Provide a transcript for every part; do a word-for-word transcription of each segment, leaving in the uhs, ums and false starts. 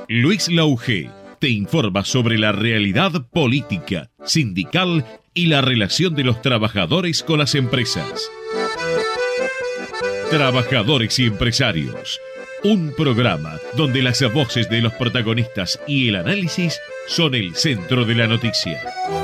Luis Lauge te informa sobre la realidad política, sindical y la relación de los trabajadores con las empresas. Trabajadores y empresarios, un programa donde las voces de los protagonistas y el análisis son el centro de la noticia.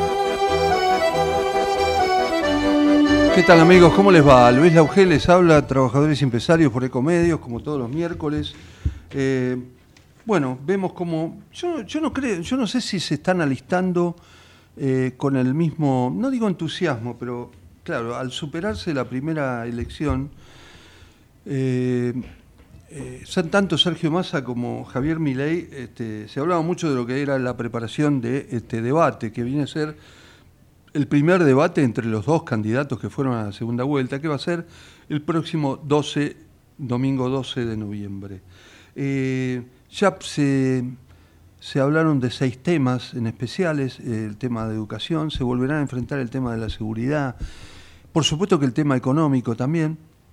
¿Qué tal, amigos? ¿Cómo les va? Luis Lauge les habla, Trabajadores y Empresarios por Ecomedios, como todos los miércoles. Eh, bueno, vemos como... Yo, yo no creo, yo no sé si se están alistando eh, con el mismo, no digo entusiasmo, pero claro, al superarse la primera elección, eh, eh, tanto Sergio Massa como Javier Milei, este, se hablaba mucho de lo que era la preparación de este debate, que viene a ser el primer debate entre los dos candidatos que fueron a la segunda vuelta, que va a ser el próximo doce, domingo doce de noviembre. Eh, ya se, se hablaron de seis temas en especiales, eh, el tema de educación, se volverán a enfrentar el tema de la seguridad, por supuesto que el tema económico también,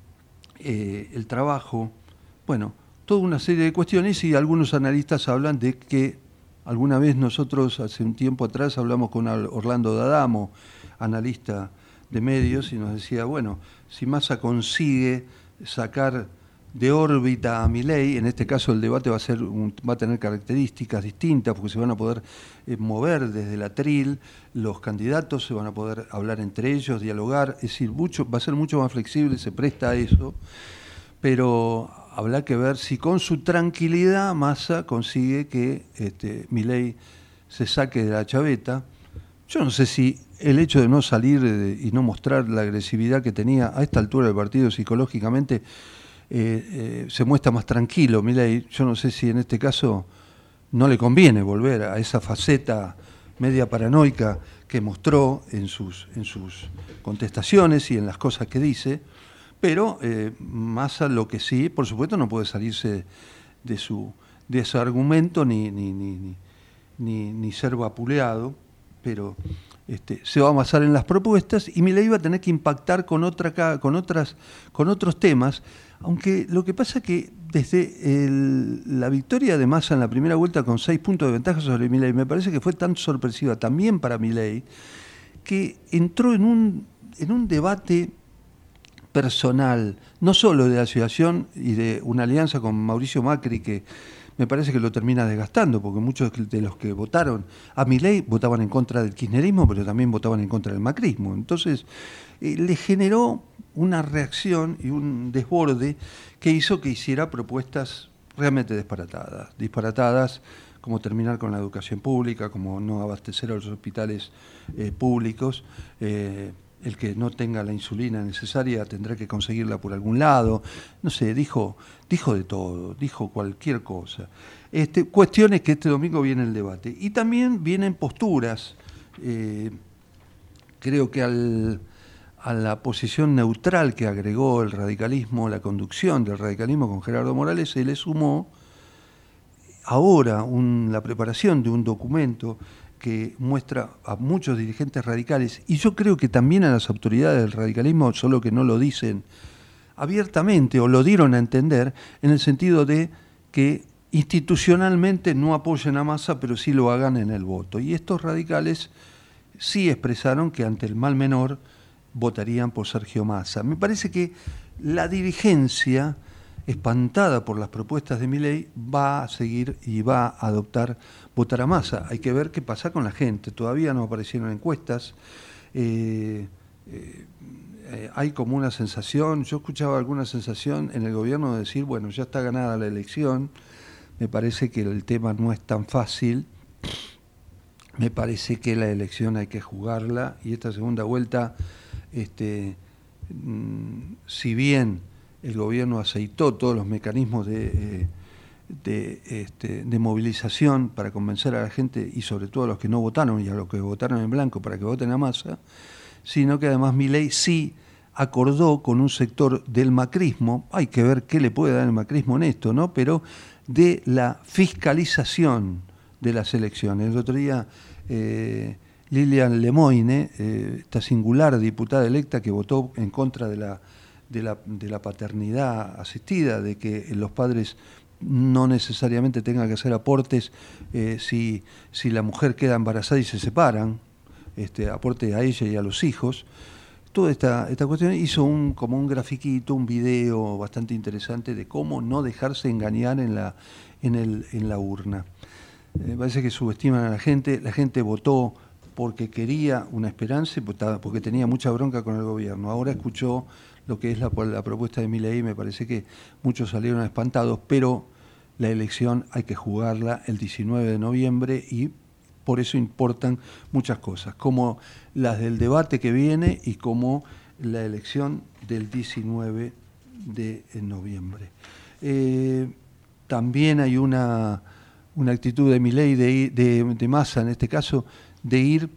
eh, el trabajo, bueno, toda una serie de cuestiones, y algunos analistas hablan de que alguna vez nosotros, hace un tiempo atrás, hablamos con Orlando D'Adamo, analista de medios, y nos decía, bueno, si Massa consigue sacar de órbita a Milei, en este caso el debate va a ser un, va a tener características distintas, porque se van a poder eh, mover desde el atril, los candidatos se van a poder hablar entre ellos, dialogar, es decir, mucho, va a ser mucho más flexible, se presta a eso, pero habrá que ver si con su tranquilidad Massa consigue que este, Milei se saque de la chaveta. Yo no sé si el hecho de no salir de, y no mostrar la agresividad que tenía a esta altura del partido psicológicamente eh, eh, se muestra más tranquilo Milei. Yo no sé si en este caso no le conviene volver a esa faceta media paranoica que mostró en sus, en sus contestaciones y en las cosas que dice. Pero eh, Massa lo que sí, por supuesto, no puede salirse de su, de su argumento ni, ni, ni, ni, ni, ni ser vapuleado, pero este, se va a basar en las propuestas y Milei va a tener que impactar con, otra, con, otras, con otros temas, aunque lo que pasa es que desde el, la victoria de Massa en la primera vuelta con seis puntos de ventaja sobre Milei, me parece que fue tan sorpresiva también para Milei, que entró en un, en un debate personal, no solo de la asociación y de una alianza con Mauricio Macri, que me parece que lo termina desgastando, porque muchos de los que votaron a Milei votaban en contra del kirchnerismo, pero también votaban en contra del macrismo. Entonces, eh, le generó una reacción y un desborde que hizo que hiciera propuestas realmente disparatadas, disparatadas, como terminar con la educación pública, como no abastecer a los hospitales eh, públicos, eh, el que no tenga la insulina necesaria tendrá que conseguirla por algún lado. No sé, dijo, dijo de todo, dijo cualquier cosa. Este, cuestiones que este domingo viene el debate. Y también vienen posturas. Eh, creo que al, a la posición neutral que agregó el radicalismo, la conducción del radicalismo con Gerardo Morales, se le sumó ahora un, la preparación de un documento que muestra a muchos dirigentes radicales, y yo creo que también a las autoridades del radicalismo, solo que no lo dicen abiertamente o lo dieron a entender, en el sentido de que institucionalmente no apoyen a Massa, pero sí lo hagan en el voto. Y estos radicales sí expresaron que ante el mal menor votarían por Sergio Massa. Me parece que la dirigencia, espantada por las propuestas de Milei, va a seguir y va a adoptar votar a Massa. Hay que ver qué pasa con la gente. Todavía no aparecieron encuestas. Eh, eh, eh, hay como una sensación, yo escuchaba alguna sensación en el gobierno de decir, bueno, ya está ganada la elección. Me parece que el tema no es tan fácil. Me parece que la elección hay que jugarla, y esta segunda vuelta, este, mmm, si bien el gobierno aceitó todos los mecanismos de, eh, de, este, de movilización para convencer a la gente, y sobre todo a los que no votaron y a los que votaron en blanco para que voten a Massa, sino que además Milei sí acordó con un sector del macrismo, hay que ver qué le puede dar el macrismo en esto, ¿no? Pero de la fiscalización de las elecciones. El otro día eh, Lilian Lemoine, eh, esta singular diputada electa que votó en contra de la De la, de la paternidad asistida, de que los padres no necesariamente tenga que hacer aportes eh, si, si la mujer queda embarazada y se separan, este, aporte a ella y a los hijos. Toda esta, esta cuestión hizo un, como un grafiquito, un video bastante interesante de cómo no dejarse engañar en la, en el, en la urna. Me eh, parece que subestiman a la gente, la gente votó porque quería una esperanza, porque tenía mucha bronca con el gobierno. Ahora escuchó lo que es la, la propuesta de Milei, me parece que muchos salieron espantados, pero la elección hay que jugarla el diecinueve de noviembre y por eso importan muchas cosas, como las del debate que viene y como la elección del diecinueve de noviembre. Eh, también hay una, una actitud de Milei, de, de, de Massa en este caso, de ir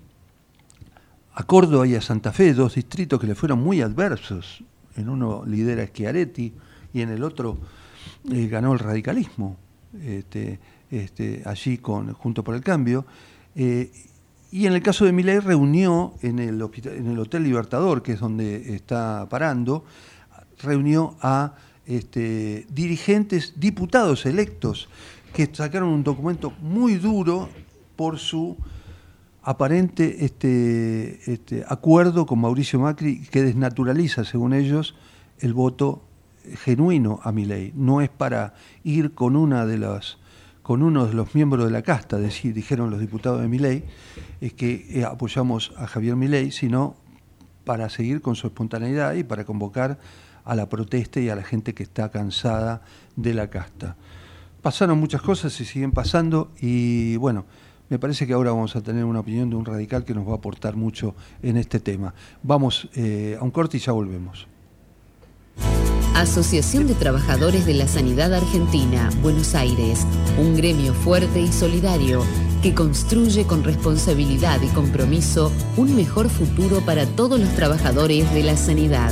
a Córdoba y a Santa Fe, dos distritos que le fueron muy adversos. En uno lidera Schiaretti y en el otro eh, ganó el radicalismo, este, este, allí con Juntos por el Cambio. Eh, y en el caso de Milei reunió en el, hospital, en el Hotel Libertador, que es donde está parando, reunió a este, dirigentes, diputados electos, que sacaron un documento muy duro por su aparente este, este acuerdo con Mauricio Macri, que desnaturaliza, según ellos, el voto genuino a Milei. No es para ir con una de las con uno de los miembros de la casta, decir, dijeron los diputados de Milei, es que eh, apoyamos a Javier Milei, sino para seguir con su espontaneidad y para convocar a la protesta y a la gente que está cansada de la casta. Pasaron muchas cosas y siguen pasando y bueno, me parece que ahora vamos a tener una opinión de un radical que nos va a aportar mucho en este tema. Vamos eh, a un corte y ya volvemos. Asociación de Trabajadores de la Sanidad Argentina, Buenos Aires, un gremio fuerte y solidario que construye con responsabilidad y compromiso un mejor futuro para todos los trabajadores de la sanidad.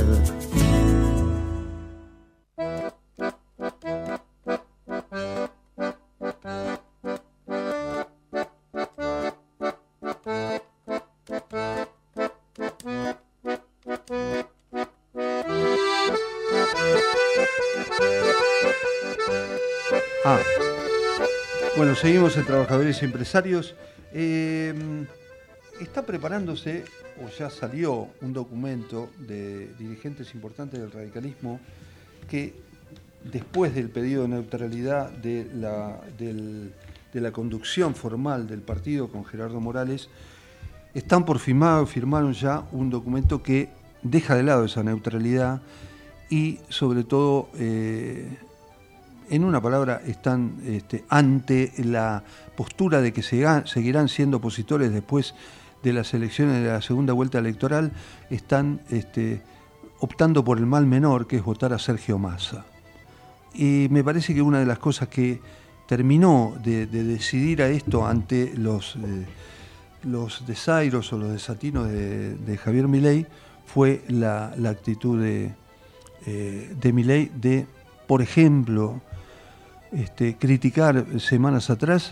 Ah, bueno, seguimos en Trabajadores y Empresarios. Eh, está preparándose, o ya salió, un documento de dirigentes importantes del radicalismo que, después del pedido de neutralidad de la, del, de la conducción formal del partido con Gerardo Morales, están por firmar, firmaron ya un documento que deja de lado esa neutralidad y, sobre todo, eh, en una palabra, están este, ante la postura de que se, seguirán siendo opositores después de las elecciones de la segunda vuelta electoral, están este, optando por el mal menor, que es votar a Sergio Massa. Y me parece que una de las cosas que terminó de, de decidir a esto ante los, eh, los desairos o los desatinos de, de Javier Milei fue la, la actitud de, eh, de Milei de, por ejemplo, Este, criticar semanas atrás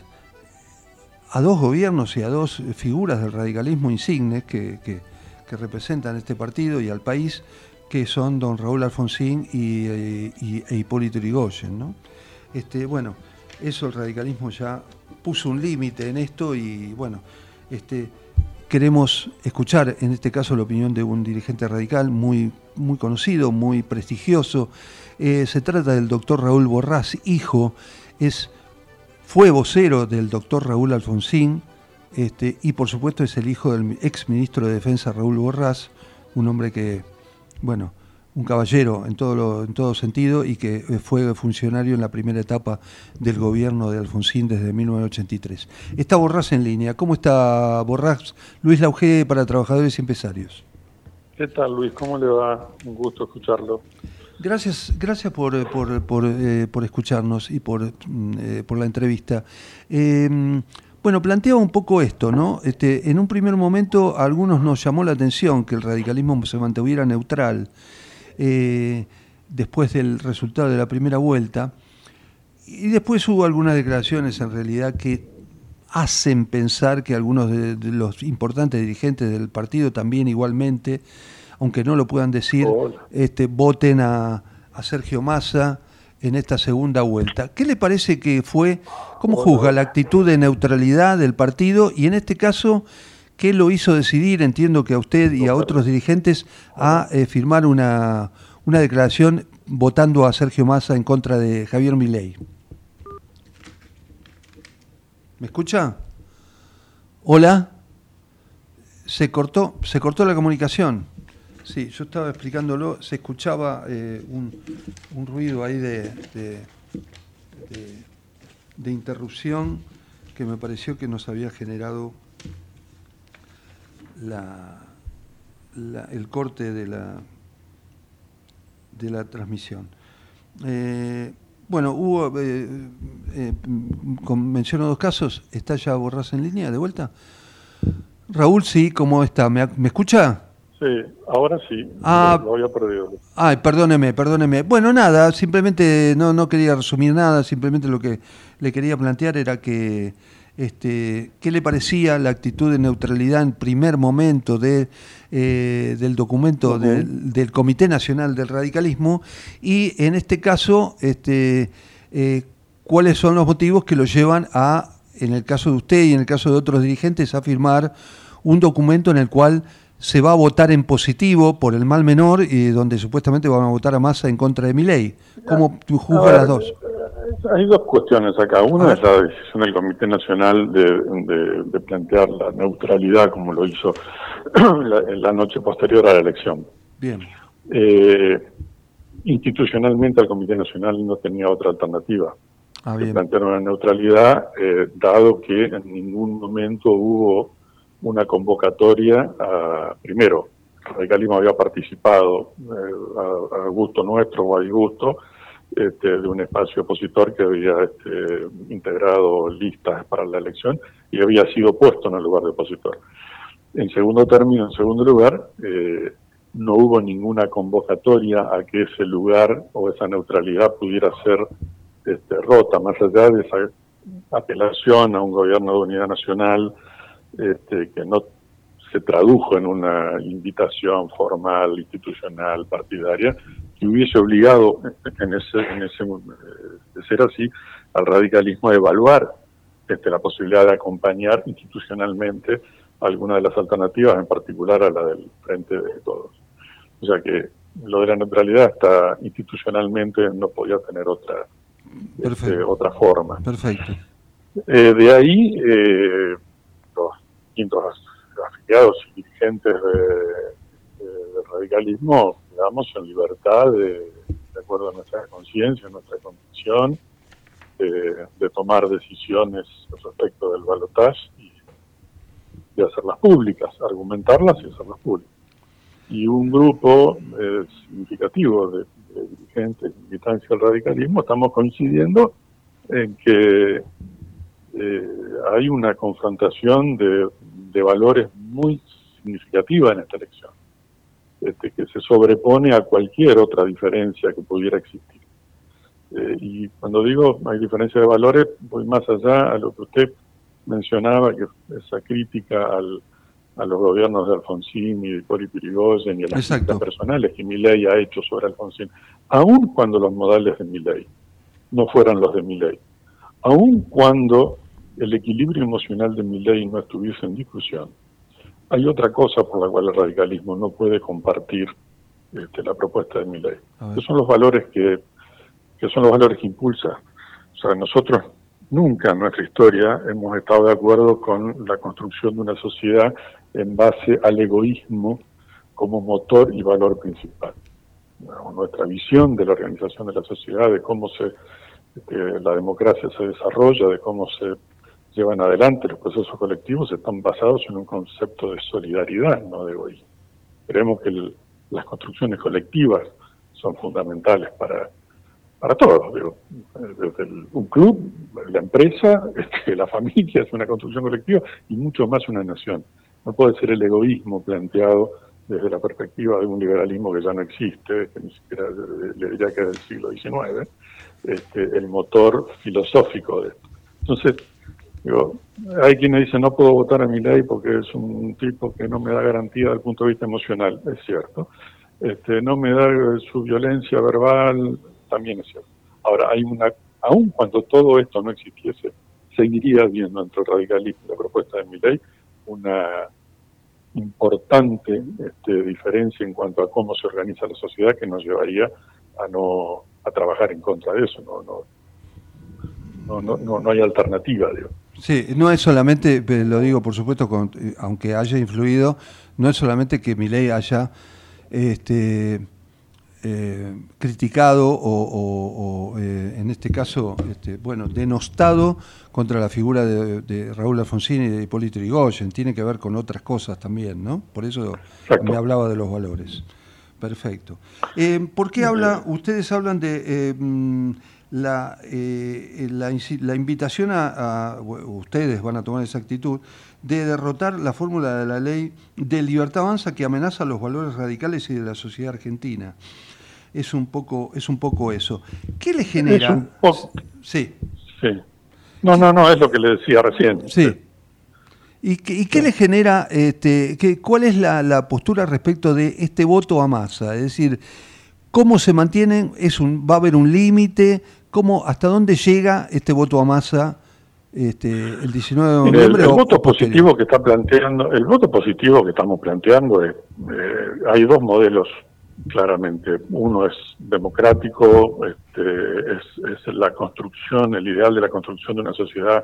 a dos gobiernos y a dos figuras del radicalismo insignes que, que, que representan este partido y al país, que son don Raúl Alfonsín y, y, e Hipólito Yrigoyen, ¿no? Este, bueno, eso el radicalismo ya puso un límite en esto y bueno, este, queremos escuchar en este caso la opinión de un dirigente radical muy, muy conocido, muy prestigioso. Eh, se trata del doctor Raúl Borrás, hijo, es, fue vocero del doctor Raúl Alfonsín, este, y por supuesto es el hijo del ex ministro de Defensa Raúl Borrás, un hombre que, bueno, un caballero en todo, lo, en todo sentido y que fue funcionario en la primera etapa del gobierno de Alfonsín desde mil novecientos ochenta y tres. Está Borrás en línea. ¿Cómo está Borrás? Luis Lauge para Trabajadores y Empresarios. ¿Qué tal, Luis? ¿Cómo le va? Un gusto escucharlo. Gracias, gracias por, por, por, eh, por escucharnos y por, eh, por la entrevista. Eh, bueno, planteaba un poco esto, ¿no? Este, en un primer momento a algunos nos llamó la atención que el radicalismo se mantuviera neutral eh, después del resultado de la primera vuelta, y después hubo algunas declaraciones en realidad que hacen pensar que algunos de, de los importantes dirigentes del partido también igualmente, aunque no lo puedan decir, este, voten a, a Sergio Massa, en esta segunda vuelta. ¿Qué le parece que fue, cómo juzga la actitud de neutralidad del partido y en este caso, qué lo hizo decidir, entiendo que a usted y a otros dirigentes, a eh, firmar una, una declaración votando a Sergio Massa en contra de Javier Milei? ¿Me escucha? ¿Hola? Se cortó, se cortó la comunicación. Sí, yo estaba explicándolo, se escuchaba eh, un, un ruido ahí de, de, de, de interrupción que me pareció que nos había generado la, la, el corte de la, de la transmisión. Eh, bueno, hubo, eh, eh, menciono dos casos, ¿está ya Borrás en línea de vuelta? Raúl, sí, ¿cómo está? ¿Me, me escucha? Sí, ahora sí, ah, lo había perdido. Ay, perdóneme, perdóneme. Bueno, nada, simplemente no, no quería resumir nada, simplemente lo que le quería plantear era que, este, ¿qué le parecía la actitud de neutralidad en primer momento de, eh, del documento uh-huh. del, del Comité Nacional del Radicalismo? Y en este caso, este, eh, ¿cuáles son los motivos que lo llevan a, en el caso de usted y en el caso de otros dirigentes, a firmar un documento en el cual se va a votar en positivo por el mal menor y donde supuestamente van a votar a Massa en contra de Milei? ¿Cómo juzga las dos? Hay dos cuestiones acá. Una es la decisión del Comité Nacional de, de, de plantear la neutralidad como lo hizo la, en la noche posterior a la elección. Bien. Eh, institucionalmente el Comité Nacional no tenía otra alternativa. Ah, bien. Plantearon la neutralidad, eh, dado que en ningún momento hubo una convocatoria a, primero, el radicalismo había participado eh, a, a gusto nuestro o a disgusto este, de un espacio opositor que había este, integrado listas para la elección y había sido puesto en el lugar de opositor. En segundo término, en segundo lugar, eh, no hubo ninguna convocatoria a que ese lugar o esa neutralidad pudiera ser este, rota, más allá de esa apelación a un gobierno de unidad nacional Este, que no se tradujo en una invitación formal, institucional, partidaria, que hubiese obligado, en ese, en ese de ser así, al radicalismo a evaluar este, la posibilidad de acompañar institucionalmente alguna de las alternativas, en particular a la del Frente de Todos. O sea que lo de la neutralidad hasta institucionalmente no podía tener otra, este, otra forma. Perfecto. Eh, de ahí, eh, los distintos afiliados y dirigentes de, de, del radicalismo, digamos, en libertad, de, de acuerdo a nuestra conciencia, nuestra convicción, de, de tomar decisiones respecto del balotaje y de hacerlas públicas, argumentarlas y hacerlas públicas. Y un grupo eh, significativo de, de dirigentes y militantes del radicalismo estamos coincidiendo en que eh, hay una confrontación de, de valores muy significativa en esta elección, este, que se sobrepone a cualquier otra diferencia que pudiera existir. Eh, y cuando digo hay diferencia de valores, voy más allá a lo que usted mencionaba, que esa crítica al, a los gobiernos de Alfonsín y de Cori Pirigoyen y a las críticas personales que Milei ha hecho sobre Alfonsín, aun cuando los modales de Milei no fueran los de Milei, aun cuando el equilibrio emocional de Milei no estuviese en discusión, hay otra cosa por la cual el radicalismo no puede compartir este, la propuesta de Milei, que son los valores que, que son los valores que impulsa. O sea, nosotros nunca en nuestra historia hemos estado de acuerdo con la construcción de una sociedad en base al egoísmo como motor y valor principal. Bueno, nuestra visión de la organización de la sociedad, de cómo se de la democracia se desarrolla, de cómo se llevan adelante los procesos colectivos, están basados en un concepto de solidaridad, no de egoísmo. Creemos que el, las construcciones colectivas son fundamentales para para todos, digo, desde el, un club, la empresa, este, la familia es una construcción colectiva y mucho más una nación. No puede ser el egoísmo planteado desde la perspectiva de un liberalismo que ya no existe, que ni siquiera le diría que es del siglo diecinueve, este, el motor filosófico de esto. Entonces, digo, hay quienes dicen no puedo votar a Milei porque es un tipo que no me da garantía desde el punto de vista emocional, es cierto. Este, no me da su violencia verbal, también es cierto. Ahora, hay una, aun cuando todo esto no existiese, seguiría habiendo entre el radicalismo y la propuesta de Milei una importante este, diferencia en cuanto a cómo se organiza la sociedad, que nos llevaría a no a trabajar en contra de eso. No no no no, no, no hay alternativa, digo. Sí, no es solamente, lo digo por supuesto, con, aunque haya influido, no es solamente que Milei haya este, eh, criticado o, o, o eh, en este caso, este, bueno, denostado contra la figura de, de Raúl Alfonsín y de Hipólito Yrigoyen. Tiene que ver con otras cosas también, ¿no? Por eso Exacto. me hablaba de los valores. Perfecto. Eh, ¿Por qué habla? Ustedes hablan de eh, la, eh, la, la invitación a, a ustedes van a tomar esa actitud de derrotar la fórmula de la ley de Libertad Avanza que amenaza los valores radicales y de la sociedad argentina. Es un poco, es un poco eso. ¿Qué le genera? Es un poco... Sí. Sí. No, no, no, es lo que le decía recién. Sí. ¿Y qué, y qué le genera, este, qué, cuál es la, la postura respecto de este voto a masa? Es decir, ¿cómo se mantienen? Es un, ¿va a haber un límite? ¿Cómo, hasta dónde llega este voto a masa este, el diecinueve de noviembre? El, el o, voto o positivo que está planteando, el voto positivo que estamos planteando es, eh, hay dos modelos claramente. Uno es democrático, este, es, es la construcción, el ideal de la construcción de una sociedad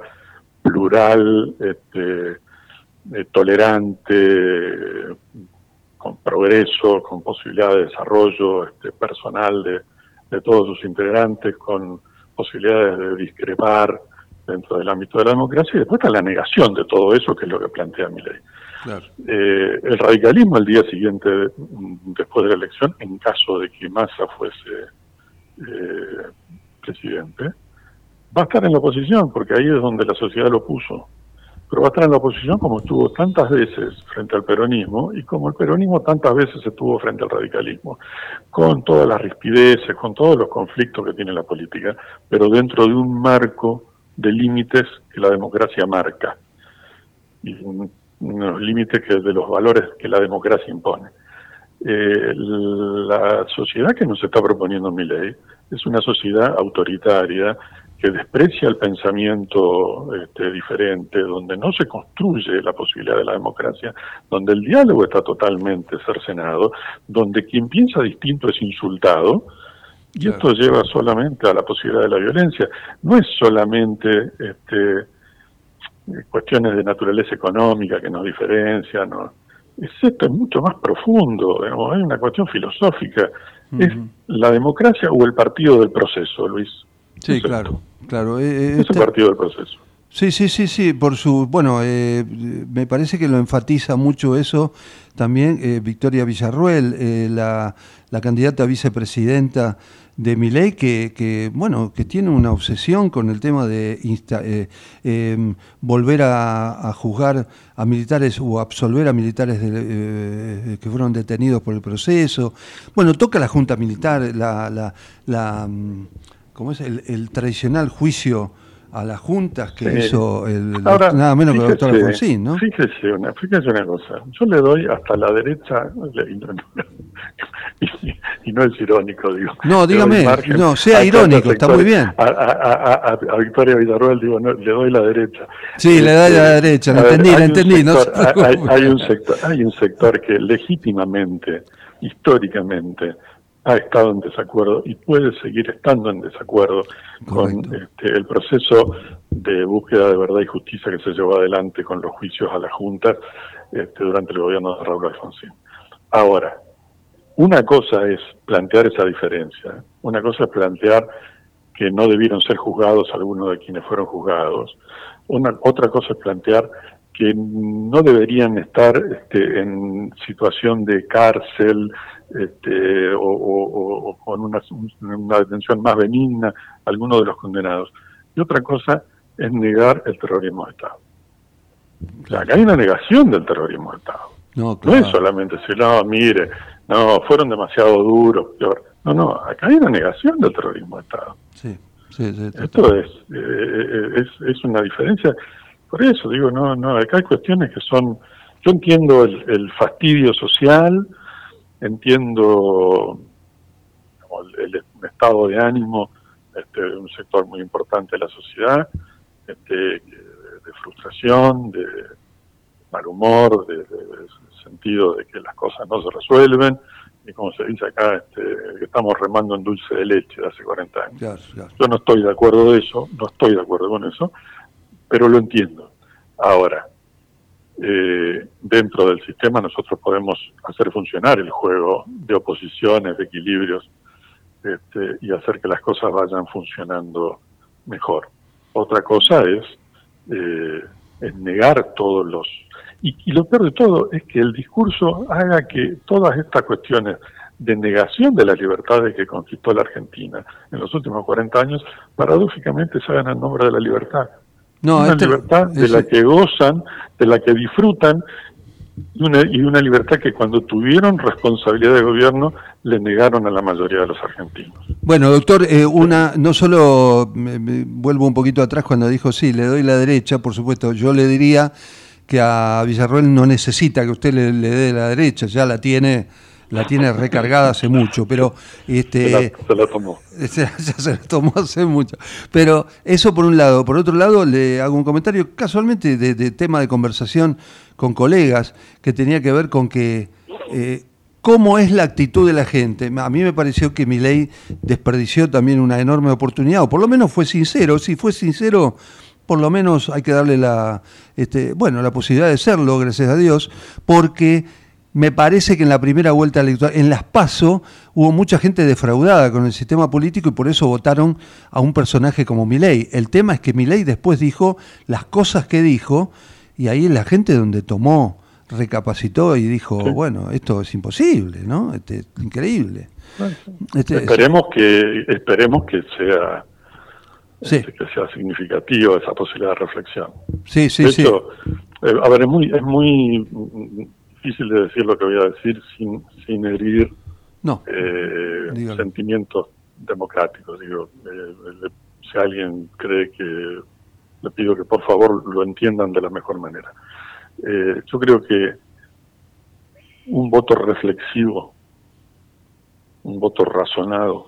plural, este, eh, tolerante, con progreso, con posibilidad de desarrollo este, personal de, de todos sus integrantes, con posibilidades de discrepar dentro del ámbito de la democracia, y después está la negación de todo eso, que es lo que plantea Milei. Claro. Eh, el radicalismo el día siguiente, después de la elección, en caso de que Massa fuese eh, presidente, va a estar en la oposición, porque ahí es donde la sociedad lo puso. Pero va a estar en la oposición como estuvo tantas veces frente al peronismo, y como el peronismo tantas veces estuvo frente al radicalismo, con todas las rispideces, con todos los conflictos que tiene la política, pero dentro de un marco de límites que la democracia marca, y unos límites que de los valores que la democracia impone. Eh, la sociedad que nos está proponiendo Milei es una sociedad autoritaria que desprecia el pensamiento este, diferente, donde no se construye la posibilidad de la democracia, donde el diálogo está totalmente cercenado, donde quien piensa distinto es insultado, y claro. Esto lleva solamente a la posibilidad de la violencia. No es solamente este, cuestiones de naturaleza económica que nos diferencian, ¿no? Es esto es mucho más profundo, digamos, hay una cuestión filosófica. Uh-huh. ¿Es la democracia o el partido del proceso, Luis? Sí, es claro, esto. claro. Eh, es este... el partido del proceso. Sí, sí, sí, sí, por su, bueno, eh, me parece que lo enfatiza mucho eso también eh, Victoria Villarruel, eh, la, la candidata a vicepresidenta de Milei, que, que, bueno, que tiene una obsesión con el tema de insta, eh, eh, volver a, a juzgar a militares o absolver a militares de, eh, que fueron detenidos por el proceso. Bueno, toca la Junta Militar, la, la, la ¿cómo es? El, el tradicional juicio a las juntas que sí. hizo el, Ahora, nada menos fíjese, que el doctor Alfonsín, ¿no? Fíjese una, fíjese una cosa, yo le doy hasta la derecha, y no, y, y no es irónico, digo. No, dígame, no, sea irónico, sectores, está muy bien. A, a, a, a Victoria Villarruel, digo, no, le doy la derecha. Sí, este, le doy la derecha, lo entendí, lo entendí. Sector, no hay, hay, un sector, hay un sector que legítimamente, históricamente, ha estado en desacuerdo y puede seguir estando en desacuerdo Correcto. con este, el proceso de búsqueda de verdad y justicia que se llevó adelante con los juicios a las juntas este, durante el gobierno de Raúl Alfonsín. Ahora, una cosa es plantear esa diferencia, una cosa es plantear que no debieron ser juzgados algunos de quienes fueron juzgados, una otra cosa es plantear que no deberían estar este, en situación de cárcel este, o, o, o con una, una detención más benigna algunos de los condenados. Y otra cosa es negar el terrorismo de Estado. O sea, acá hay una negación del terrorismo de Estado. No, claro. No es solamente decir, no, mire, no, fueron demasiado duros, peor. No, no, acá hay una negación del terrorismo de Estado. Sí, sí, sí. Esto es, eh, es, es una diferencia. Por eso digo, no, no, acá hay cuestiones que son, yo entiendo el, el fastidio social, entiendo el, el estado de ánimo este, un sector muy importante de la sociedad, este, de frustración, de mal humor, de, de, de sentido de que las cosas no se resuelven, y como se dice acá, este, que estamos remando en dulce de leche de hace cuarenta años. Claro, claro. Yo no estoy de acuerdo de eso, no estoy de acuerdo con eso, pero lo entiendo. Ahora, eh, dentro del sistema nosotros podemos hacer funcionar el juego de oposiciones, de equilibrios, este, y hacer que las cosas vayan funcionando mejor. Otra cosa es, eh, es negar todos los... Y, y lo peor de todo es que el discurso haga que todas estas cuestiones de negación de las libertades que conquistó la Argentina en los últimos cuarenta años, paradójicamente se hagan en nombre de la libertad. No, una este, libertad de ese... la que gozan, de la que disfrutan, y una, y una libertad que cuando tuvieron responsabilidad de gobierno le negaron a la mayoría de los argentinos. Bueno, doctor, eh, una no solo, me, me vuelvo un poquito atrás cuando dijo sí, le doy la derecha, por supuesto, yo le diría que a Villarroel no necesita que usted le, le dé la derecha, ya la tiene... la tiene recargada hace mucho, pero este se la, se la tomó. Ya se la tomó hace mucho. Pero eso por un lado. Por otro lado, le hago un comentario casualmente de, de tema de conversación con colegas que tenía que ver con que eh, cómo es la actitud de la gente. A mí me pareció que Milei desperdició también una enorme oportunidad, o por lo menos fue sincero. Si fue sincero, por lo menos hay que darle la, este, bueno, la posibilidad de serlo, gracias a Dios, porque me parece que en la primera vuelta electoral, en las PASO, hubo mucha gente defraudada con el sistema político y por eso votaron a un personaje como Milei. El tema es que Milei después dijo las cosas que dijo y ahí la gente donde tomó, recapacitó y dijo, sí, bueno, esto es imposible, ¿no? Este, increíble. Bueno, este, esperemos que esperemos que sea sí. este, que sea significativo esa posibilidad de reflexión. Sí, sí, de sí. hecho, eh, a ver, es muy es muy difícil de decir lo que voy a decir sin sin herir no, eh, sentimientos democráticos. Digo, eh, le, si alguien cree que, le pido que por favor lo entiendan de la mejor manera. Eh, yo creo que un voto reflexivo, un voto razonado,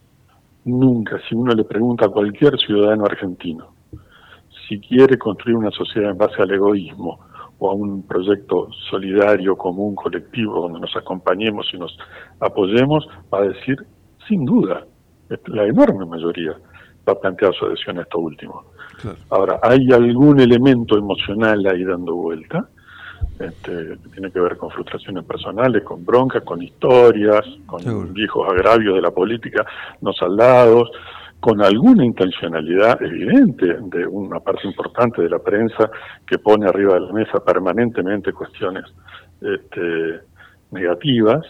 nunca, si uno le pregunta a cualquier ciudadano argentino si quiere construir una sociedad en base al egoísmo o a un proyecto solidario, común, colectivo, donde nos acompañemos y nos apoyemos, va a decir, sin duda, la enorme mayoría va a plantear su adhesión a esto último. Claro. Ahora, hay algún elemento emocional ahí dando vuelta, este, que tiene que ver con frustraciones personales, con broncas, con historias, con Seguro. viejos agravios de la política no saldados, con alguna intencionalidad evidente de una parte importante de la prensa que pone arriba de la mesa permanentemente cuestiones este, negativas,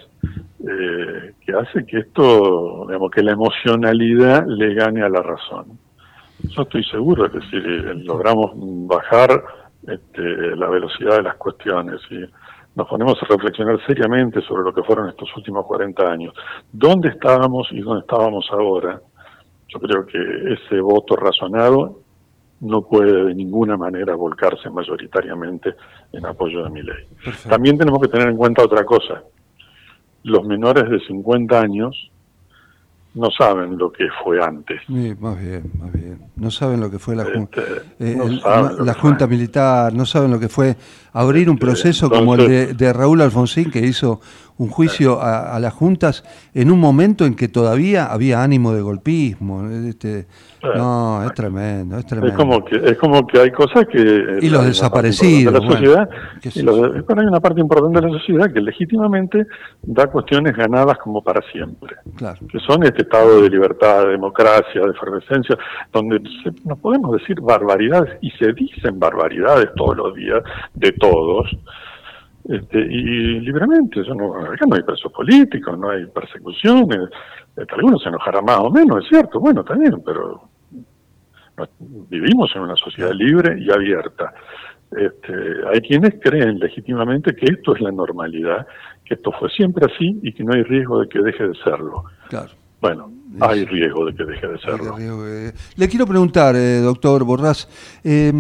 eh, que hace que esto, digamos, que la emocionalidad le gane a la razón. Yo estoy seguro de que si logramos bajar este, la velocidad de las cuestiones y nos ponemos a reflexionar seriamente sobre lo que fueron estos últimos cuarenta años, dónde estábamos y dónde estábamos ahora, yo creo que ese voto razonado no puede de ninguna manera volcarse mayoritariamente en apoyo de Milei. También tenemos que tener en cuenta otra cosa. Los menores de cincuenta años no saben lo que fue antes. Sí, más bien, más bien. No saben lo que fue la, jun este, eh, no el, la, la Junta fue. Militar, no saben lo que fue abrir un proceso Entonces, como el de, de Raúl Alfonsín, que hizo un juicio a, a las juntas en un momento en que todavía había ánimo de golpismo. Este, no, es tremendo, es tremendo. Es como que, es como que hay cosas que... Y los desaparecidos. De la sociedad, bueno, y los, bueno, hay una parte importante de la sociedad que legítimamente da cuestiones ganadas como para siempre. Claro. Que son este estado de libertad, de democracia, de efervescencia, donde se, nos podemos decir barbaridades, y se dicen barbaridades todos los días, de todos, este, y libremente. Yo no, acá no hay presos políticos, no hay persecuciones, este, algunos se enojarán más o menos, es cierto, bueno, también, pero no, vivimos en una sociedad libre y abierta. Este, hay quienes creen legítimamente que esto es la normalidad, que esto fue siempre así y que no hay riesgo de que deje de serlo. Claro. Bueno, hay riesgo de que deje de serlo. De... Le quiero preguntar, eh, doctor Borrás, eh,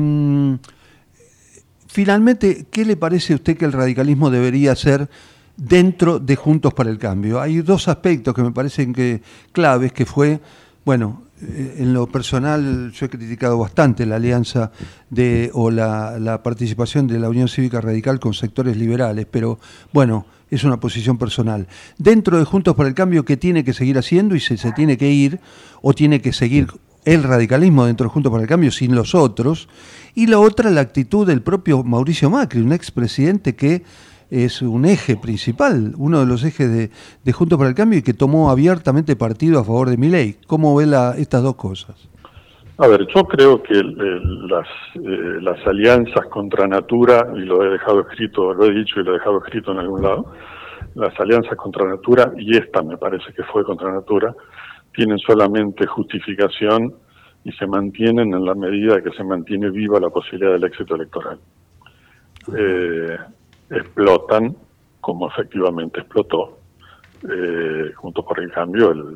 finalmente, ¿qué le parece a usted que el radicalismo debería hacer dentro de Juntos para el Cambio? Hay dos aspectos que me parecen que claves, que fue, bueno, en lo personal yo he criticado bastante la alianza de o la, la participación de la Unión Cívica Radical con sectores liberales, pero bueno, es una posición personal. Dentro de Juntos por el Cambio, ¿qué tiene que seguir haciendo y si se tiene que ir o tiene que seguir el radicalismo dentro de Juntos por el Cambio sin los otros? Y la otra, la actitud del propio Mauricio Macri, un expresidente que es un eje principal, uno de los ejes de, de Juntos por el Cambio y que tomó abiertamente partido a favor de Milei. ¿Cómo ve la, estas dos cosas? A ver, yo creo que el, las, eh, las alianzas contra natura, y lo he dejado escrito, lo he dicho y lo he dejado escrito en algún lado, las alianzas contra natura, y esta me parece que fue contra natura, tienen solamente justificación y se mantienen en la medida que se mantiene viva la posibilidad del éxito electoral. Eh, explotan, como efectivamente explotó, eh, Juntos por el Cambio el,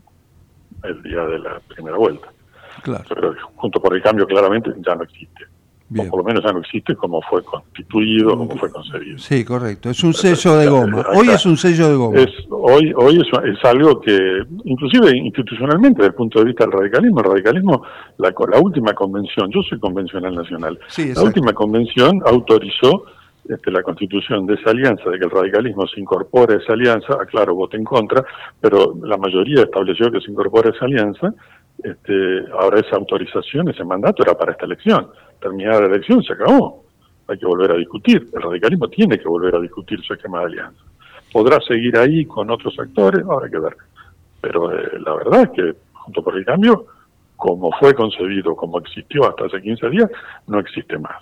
el día de la primera vuelta. Claro. Pero Juntos por el Cambio claramente ya no existe. Bien. O por lo menos ya no existe como fue constituido, como fue concebido. Sí, correcto. Es un sello de goma. Hoy es un sello de goma. Es, hoy hoy es, es algo que, inclusive institucionalmente, desde el punto de vista del radicalismo, el radicalismo, la, la última convención, yo soy convencional nacional, Sí, la última convención autorizó este, la constitución de esa alianza, de que el radicalismo se incorpore a esa alianza, aclaro, voté en contra, pero la mayoría estableció que se incorpore a esa alianza. Este, ahora esa autorización, ese mandato era para esta elección. Terminada la elección, se acabó. Hay que volver a discutir. El radicalismo tiene que volver a discutir su esquema de alianza. Podrá seguir ahí con otros actores, habrá que ver. Pero eh, la verdad es que, Juntos por el Cambio, como fue concebido, como existió hasta hace quince días, no existe más.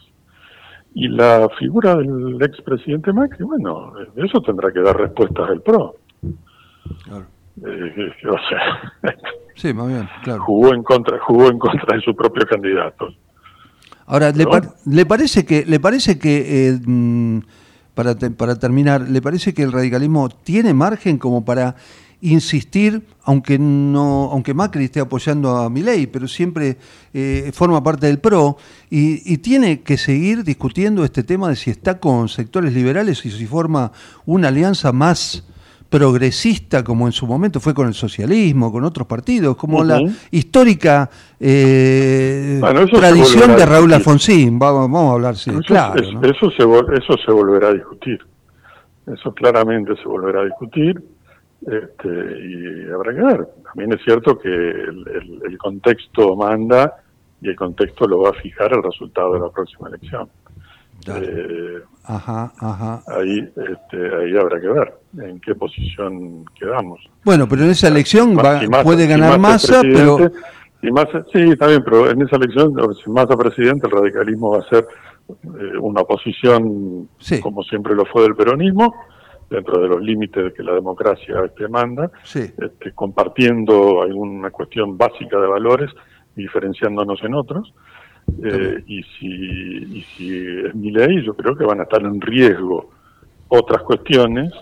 Y la figura del expresidente Macri, bueno, de eso tendrá que dar respuestas el P R O. Claro. Eh, o sea, sí, más bien, claro. Jugó en contra, jugó en contra de su propio candidato. Ahora, ¿le, par ¿le parece que, le parece que eh, para, te para terminar, le parece que el radicalismo tiene margen como para insistir, aunque no, aunque Macri esté apoyando a Milei, pero siempre eh, forma parte del P R O, y, y tiene que seguir discutiendo este tema de si está con sectores liberales y si forma una alianza más progresista, como en su momento fue con el socialismo, con otros partidos, como uh-huh. la histórica eh, bueno, tradición de Raúl Alfonsín. Vamos, vamos a hablar, sí, eso, claro. Es, ¿no? eso, se, eso se volverá a discutir. Eso claramente se volverá a discutir este, y habrá que ver. También es cierto que el, el, el contexto manda y el contexto lo va a fijar el resultado de la próxima elección. Eh, ajá, ajá. Ahí, este, ahí habrá que ver en qué posición quedamos. Bueno, pero en esa elección va, va, si Massa, puede ganar si Massa Massa, pero... Si Massa, sí, está bien, pero en esa elección, si Massa presidente, el radicalismo va a ser eh, una oposición, sí. como siempre lo fue del peronismo, dentro de los límites que la democracia este, manda, sí. este, compartiendo alguna cuestión básica de valores, diferenciándonos en otros. Eh, y si y si es Milei, yo creo que van a estar en riesgo otras cuestiones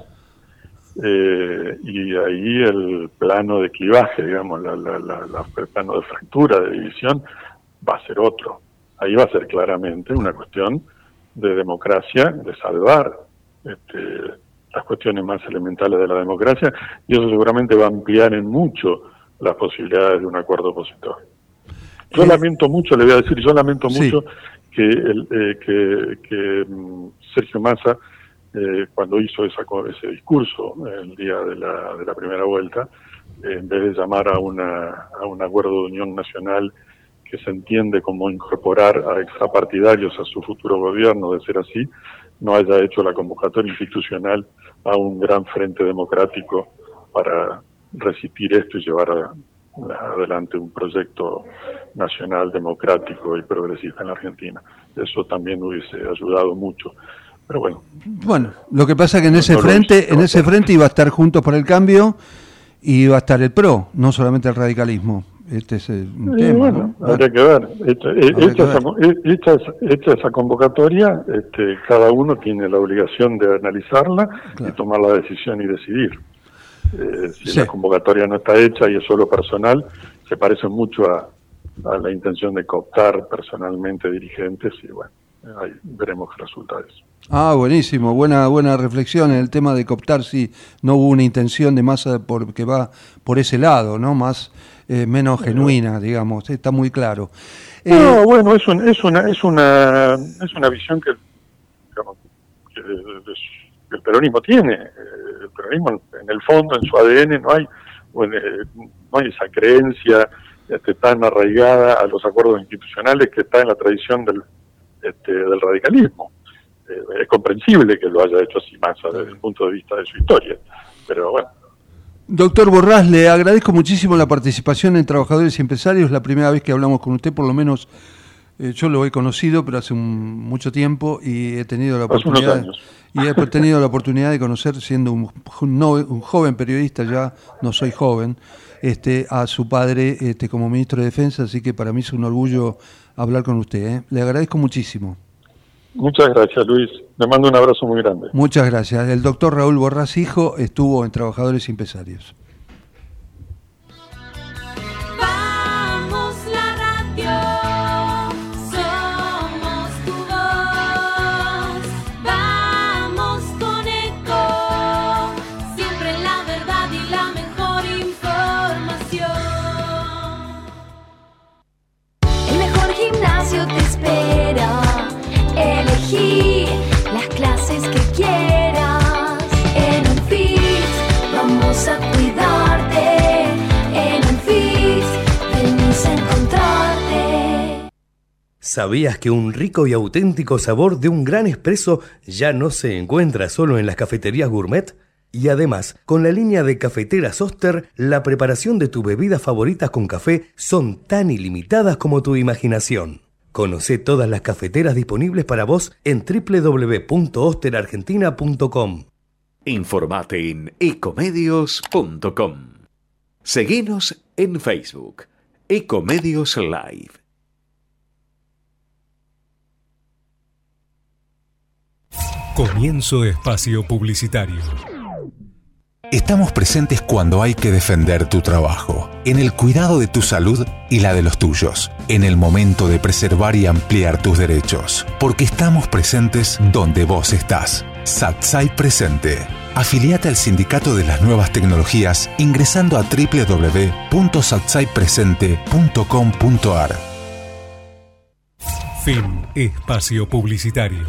eh, y ahí el plano de clivaje, digamos, la, la, la, la, el plano de fractura, de división, va a ser otro. Ahí va a ser claramente una cuestión de democracia, de salvar este, las cuestiones más elementales de la democracia, y eso seguramente va a ampliar en mucho las posibilidades de un acuerdo opositor. Yo lamento mucho, le voy a decir, yo lamento sí. mucho que, el, eh, que, que um, Sergio Massa, eh, cuando hizo esa, ese discurso el día de la, de la primera vuelta, eh, en vez de llamar a, una, a un acuerdo de unión nacional que se entiende como incorporar a extrapartidarios a su futuro gobierno, de ser así, no haya hecho la convocatoria institucional a un gran frente democrático para resistir esto y llevar a adelante un proyecto nacional democrático y progresista en la Argentina. Eso también hubiese ayudado mucho. Pero bueno. Bueno, lo que pasa es que en ese no frente, hizo, en ese frente iba a estar Juntos por el Cambio y iba a estar el P R O, no solamente el radicalismo. Este es el sí, tema, bueno, ¿no? Habría que ver. Hecha, hecha, esa, hecha, hecha esa convocatoria, este, cada uno tiene la obligación de analizarla claro. y tomar la decisión y decidir. Eh, si sí. la convocatoria no está hecha y es solo personal, se parece mucho a, a la intención de cooptar personalmente dirigentes y bueno, ahí veremos qué resultados. Ah, buenísimo, buena buena reflexión en el tema de cooptar, sí, no hubo una intención de Massa porque va por ese lado, ¿no? Más eh, menos genuina, digamos, está muy claro. Eh, no, bueno, es, un, es una es una es una visión que, digamos, que, que el peronismo tiene. El peronismo, en el fondo, en su A D N, no hay bueno, no hay esa creencia este, tan arraigada a los acuerdos institucionales que está en la tradición del este, del radicalismo. Es comprensible que lo haya hecho así Massa desde el punto de vista de su historia, pero bueno. Doctor Borrás, le agradezco muchísimo la participación en Trabajadores y Empresarios, la primera vez que hablamos con usted, por lo menos eh, yo lo he conocido, pero hace un, mucho tiempo, y he tenido la oportunidad y he tenido la oportunidad de conocer, siendo un, un, no, un joven periodista, ya no soy joven, este, a su padre este, como ministro de Defensa, así que para mí es un orgullo hablar con usted, ¿eh? Le agradezco muchísimo. Muchas gracias, Luis. Le mando un abrazo muy grande. Muchas gracias. El doctor Raúl Borrás Hijo estuvo en Trabajadores y Empresarios. Vamos la radio, somos tu voz. Vamos con Eco, siempre la verdad y la mejor información. El mejor gimnasio te espera. Elegí las clases que quieras. En Unfit vamos a cuidarte. En Unfit venís a encontrarte. ¿Sabías que un rico y auténtico sabor de un gran espresso ya no se encuentra solo en las cafeterías gourmet? Y además, con la línea de cafeteras Oster, la preparación de tus bebidas favoritas con café son tan ilimitadas como tu imaginación. Conoce todas las cafeteras disponibles para vos en doble u doble u doble u punto oster argentina punto com. Informate en ecomedios punto com. Seguinos en Facebook, Ecomedios Live. Comienzo espacio publicitario. Estamos presentes cuando hay que defender tu trabajo, en el cuidado de tu salud y la de los tuyos, en el momento de preservar y ampliar tus derechos, porque estamos presentes donde vos estás. Satsai Presente. Afiliate al Sindicato de las Nuevas Tecnologías ingresando a doble u doble u doble u punto satsai presente punto com punto a r. Fin espacio publicitario.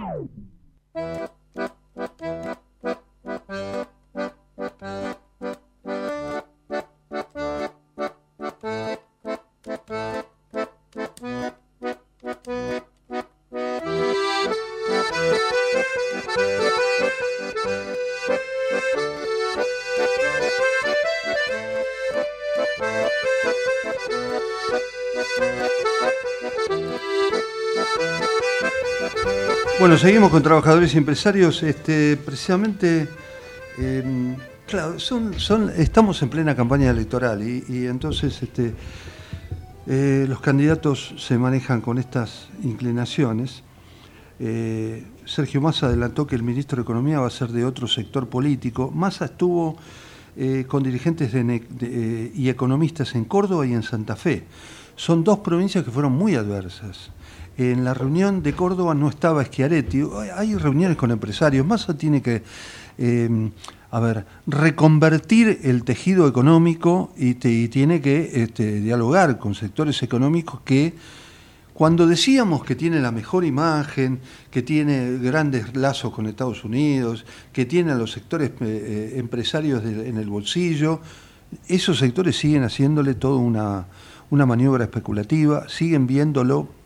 Bueno, seguimos con Trabajadores y Empresarios. Este, precisamente, eh, claro, son, son, estamos en plena campaña electoral y, y entonces este, eh, los candidatos se manejan con estas inclinaciones. Eh, Sergio Massa adelantó que el ministro de Economía va a ser de otro sector político. Massa estuvo eh, con dirigentes de, de, eh, y economistas en Córdoba y en Santa Fe. Son dos provincias que fueron muy adversas. En la reunión de Córdoba no estaba Schiaretti. Hay reuniones con empresarios. Massa tiene que, eh, a ver, reconvertir el tejido económico y, te, y tiene que este, dialogar con sectores económicos que, cuando decíamos que tiene la mejor imagen, que tiene grandes lazos con Estados Unidos, que tiene a los sectores eh, empresarios de, en el bolsillo, esos sectores siguen haciéndole toda una, una maniobra especulativa, siguen viéndolo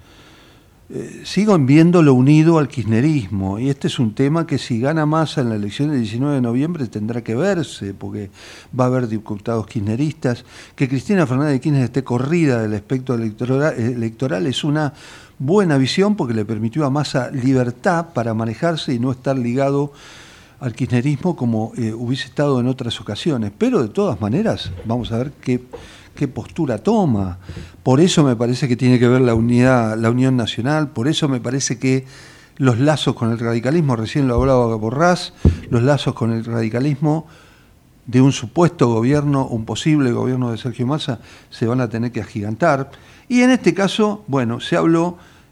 Eh, siguen viéndolo unido al kirchnerismo, y este es un tema que si gana Massa en la elección del diecinueve de noviembre tendrá que verse, porque va a haber diputados kirchneristas. Que Cristina Fernández de Kirchner esté corrida del espectro electoral, electoral es una buena visión, porque le permitió a Massa libertad para manejarse y no estar ligado al kirchnerismo como eh, hubiese estado en otras ocasiones, pero de todas maneras vamos a ver qué qué postura toma. Por eso me parece que tiene que ver la unidad, la unión nacional, por eso me parece que los lazos con el radicalismo, recién lo hablaba Borrás, los lazos con el radicalismo de un supuesto gobierno, un posible gobierno de Sergio Massa, se van a tener que agigantar. Y en este caso, bueno, se habló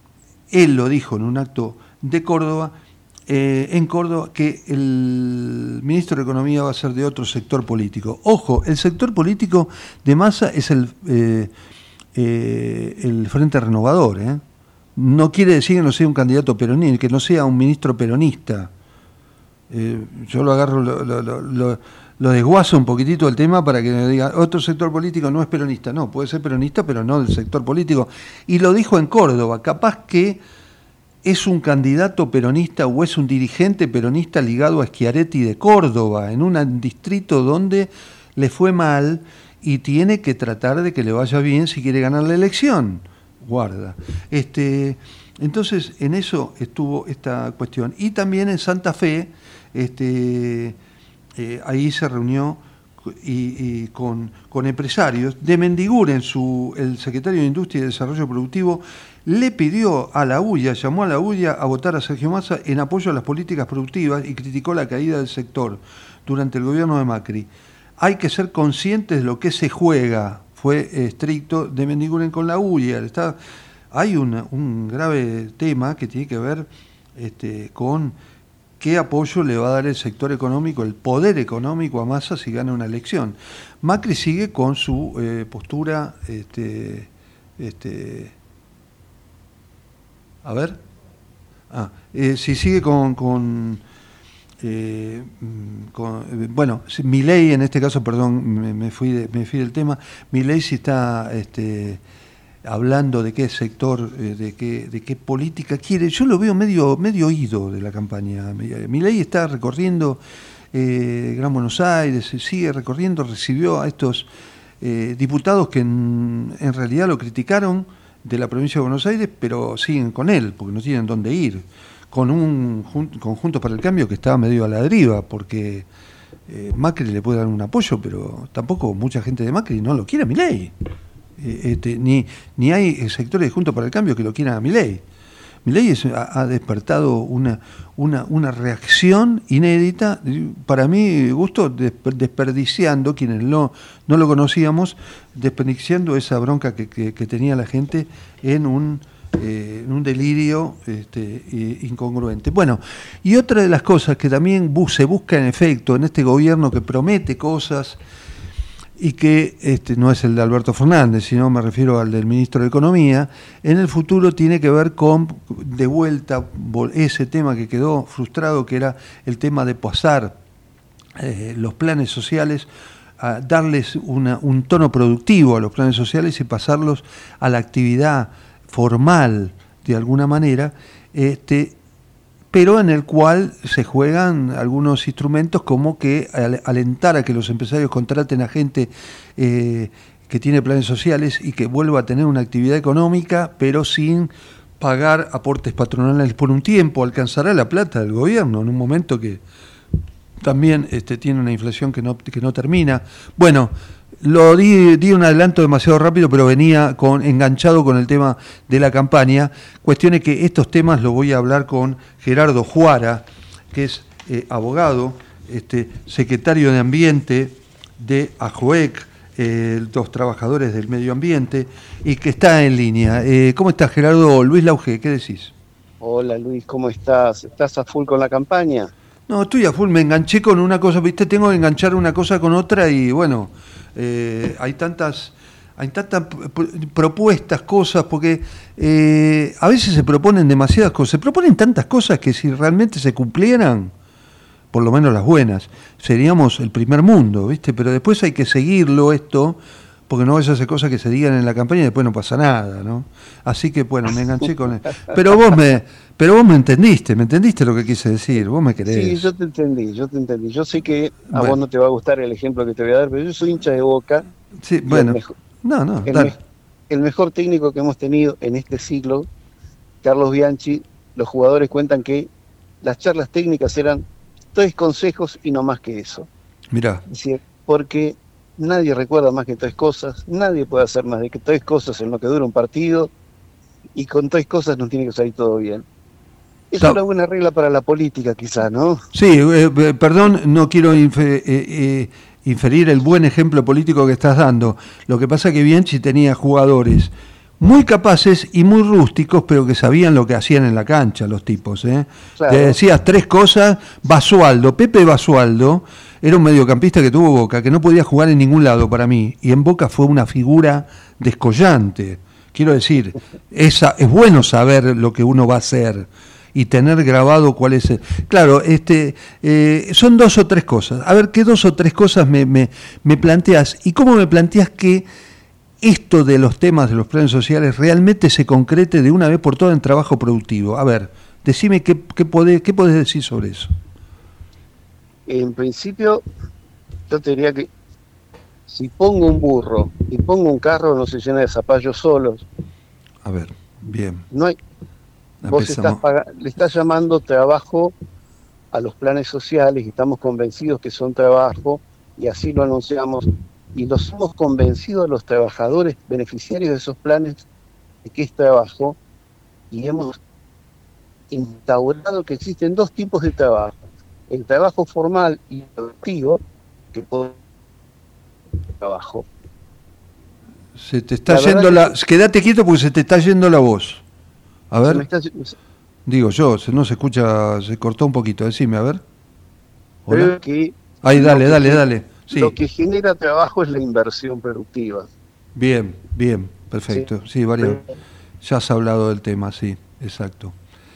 él lo dijo en un acto de Córdoba, eh, en Córdoba, que el ministro de Economía va a ser de otro sector político. Ojo, el sector político de Massa es el, eh, eh, el Frente Renovador, ¿eh? No quiere decir que no sea un candidato peronista, que no sea un ministro peronista. Eh, yo lo agarro, lo, lo, lo, lo, lo desguazo un poquitito el tema para que me diga, otro sector político no es peronista. No, puede ser peronista, pero no del sector político. Y lo dijo en Córdoba, capaz que es un candidato peronista o es un dirigente peronista ligado a Schiaretti de Córdoba, en un distrito donde le fue mal y tiene que tratar de que le vaya bien si quiere ganar la elección. Guarda. Este, entonces, en eso estuvo esta cuestión. Y también en Santa Fe, este, eh, ahí se reunió y, y con, con empresarios. De Mendiguren, su, el secretario de Industria y Desarrollo Productivo, le pidió a la U I A, llamó a la U I A a votar a Sergio Massa en apoyo a las políticas productivas y criticó la caída del sector durante el gobierno de Macri. Hay que ser conscientes de lo que se juega. Fue estricto de Mendiguren con la U I A. Está, hay una, un grave tema que tiene que ver este, con qué apoyo le va a dar el sector económico, el poder económico a Massa si gana una elección. Macri sigue con su eh, postura, este, este, a ver, ah, eh, si sigue con... con Eh, con, bueno, Milei en este caso, perdón, me, me fui de, me fui del tema. Milei sí está este, hablando de qué sector, eh, de qué de qué política quiere. Yo lo veo medio medio oído de la campaña. Milei está recorriendo eh, Gran Buenos Aires, sigue recorriendo, recibió a estos eh, diputados que en, en realidad lo criticaron de la provincia de Buenos Aires, pero siguen con él porque no tienen dónde ir. Con un conjunto para el cambio que estaba medio a la deriva, porque eh, Macri le puede dar un apoyo, pero tampoco mucha gente de Macri no lo quiere a Milei. Eh, este, ni, ni hay sectores de Juntos para el Cambio que lo quieran a Milei. Milei es, ha, ha despertado una, una, una reacción inédita, para mí, gusto, desperdiciando, quienes no, no lo conocíamos, desperdiciando esa bronca que, que, que tenía la gente en un... Eh, en un delirio este, eh, incongruente. Bueno, y otra de las cosas que también bu- se busca en efecto en este gobierno que promete cosas y que este, no es el de Alberto Fernández, sino me refiero al del ministro de Economía, en el futuro tiene que ver con, de vuelta, ese tema que quedó frustrado, que era el tema de pasar eh, los planes sociales, a darles una, un tono productivo a los planes sociales y pasarlos a la actividad formal de alguna manera, este, pero en el cual se juegan algunos instrumentos como que al, alentar a que los empresarios contraten a gente eh, que tiene planes sociales y que vuelva a tener una actividad económica, pero sin pagar aportes patronales por un tiempo. Alcanzará la plata del gobierno en un momento que también este, tiene una inflación que no, que no termina. Bueno, lo di, di un adelanto demasiado rápido, pero venía con enganchado con el tema de la campaña. Cuestiones que estos temas los voy a hablar con Gerardo Juara, que es eh, abogado, este, secretario de Ambiente de AJOEC, eh, los trabajadores del medio ambiente, y que está en línea. Eh, ¿Cómo estás, Gerardo? Luis Lauge, ¿qué decís? Hola, Luis, ¿cómo estás? ¿Estás a full con la campaña? No, estoy a full, me enganché con una cosa, viste, tengo que enganchar una cosa con otra y bueno... Eh, hay tantas hay tantas propuestas, cosas, porque eh, a veces se proponen demasiadas cosas, se proponen tantas cosas que si realmente se cumplieran, por lo menos las buenas, seríamos el primer mundo, ¿viste? Pero después hay que seguirlo esto, porque no vaya a ser cosas que se digan en la campaña y después no pasa nada, ¿no? Así que bueno, me enganché con él. Pero vos me, pero vos me entendiste, me entendiste lo que quise decir, vos me querés. Sí, yo te entendí, yo te entendí. Yo sé que a bueno. vos no te va a gustar el ejemplo que te voy a dar, pero yo soy hincha de Boca. Sí, bueno. Mejor, no, no, el, dale. me, el mejor técnico que hemos tenido en este siglo, Carlos Bianchi, los jugadores cuentan que las charlas técnicas eran tres consejos y no más que eso. Mirá. Es decir, porque nadie recuerda más que tres cosas, nadie puede hacer más de que tres cosas en lo que dura un partido, y con tres cosas nos tiene que salir todo bien. Es no. una buena regla para la política, quizá, ¿no? Sí, eh, eh, perdón, no quiero infer, eh, eh, inferir el buen ejemplo político que estás dando. Lo que pasa es que Bianchi tenía jugadores muy capaces y muy rústicos, pero que sabían lo que hacían en la cancha los tipos. ¿eh? Claro. Te decías tres cosas. Basualdo, Pepe Basualdo, era un mediocampista que tuvo Boca, que no podía jugar en ningún lado para mí, y en Boca fue una figura descollante. Quiero decir, esa, es bueno saber lo que uno va a hacer y tener grabado cuál es el... Claro, este, eh, son dos o tres cosas. A ver, ¿qué dos o tres cosas me, me, me planteas? ¿Y cómo me planteas que esto de los temas de los planes sociales realmente se concrete de una vez por todas en trabajo productivo? A ver, decime qué, qué, podés, qué podés decir sobre eso. En principio, yo te diría que si pongo un burro y pongo un carro, no se llena de zapallos solos. A ver, bien. No hay... Vos estás pag- le estás llamando trabajo a los planes sociales y estamos convencidos que son trabajo y así lo anunciamos y los hemos convencido a los trabajadores beneficiarios de esos planes de que es trabajo y hemos instaurado que existen dos tipos de trabajo, el trabajo formal y productivo, que puede trabajo. Se te está La yendo verdad la... que- Quédate quieto porque se te está yendo la voz. A Se ver, me está- digo yo, se- no se escucha, se cortó un poquito, decime, a ver. Hola. creo que Ahí, lo dale, que dale, gen- dale. Sí, Lo que genera trabajo es la inversión productiva. bien, bien, perfecto. Sí, varios. Ya has hablado del tema, sí, exacto.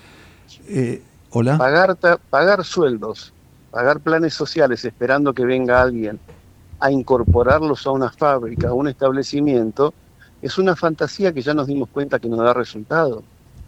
Eh, Hola. Pagar, ta- pagar sueldos, pagar planes sociales esperando que venga alguien a incorporarlos a una fábrica, a un establecimiento, es una fantasía que ya nos dimos cuenta que no da resultado.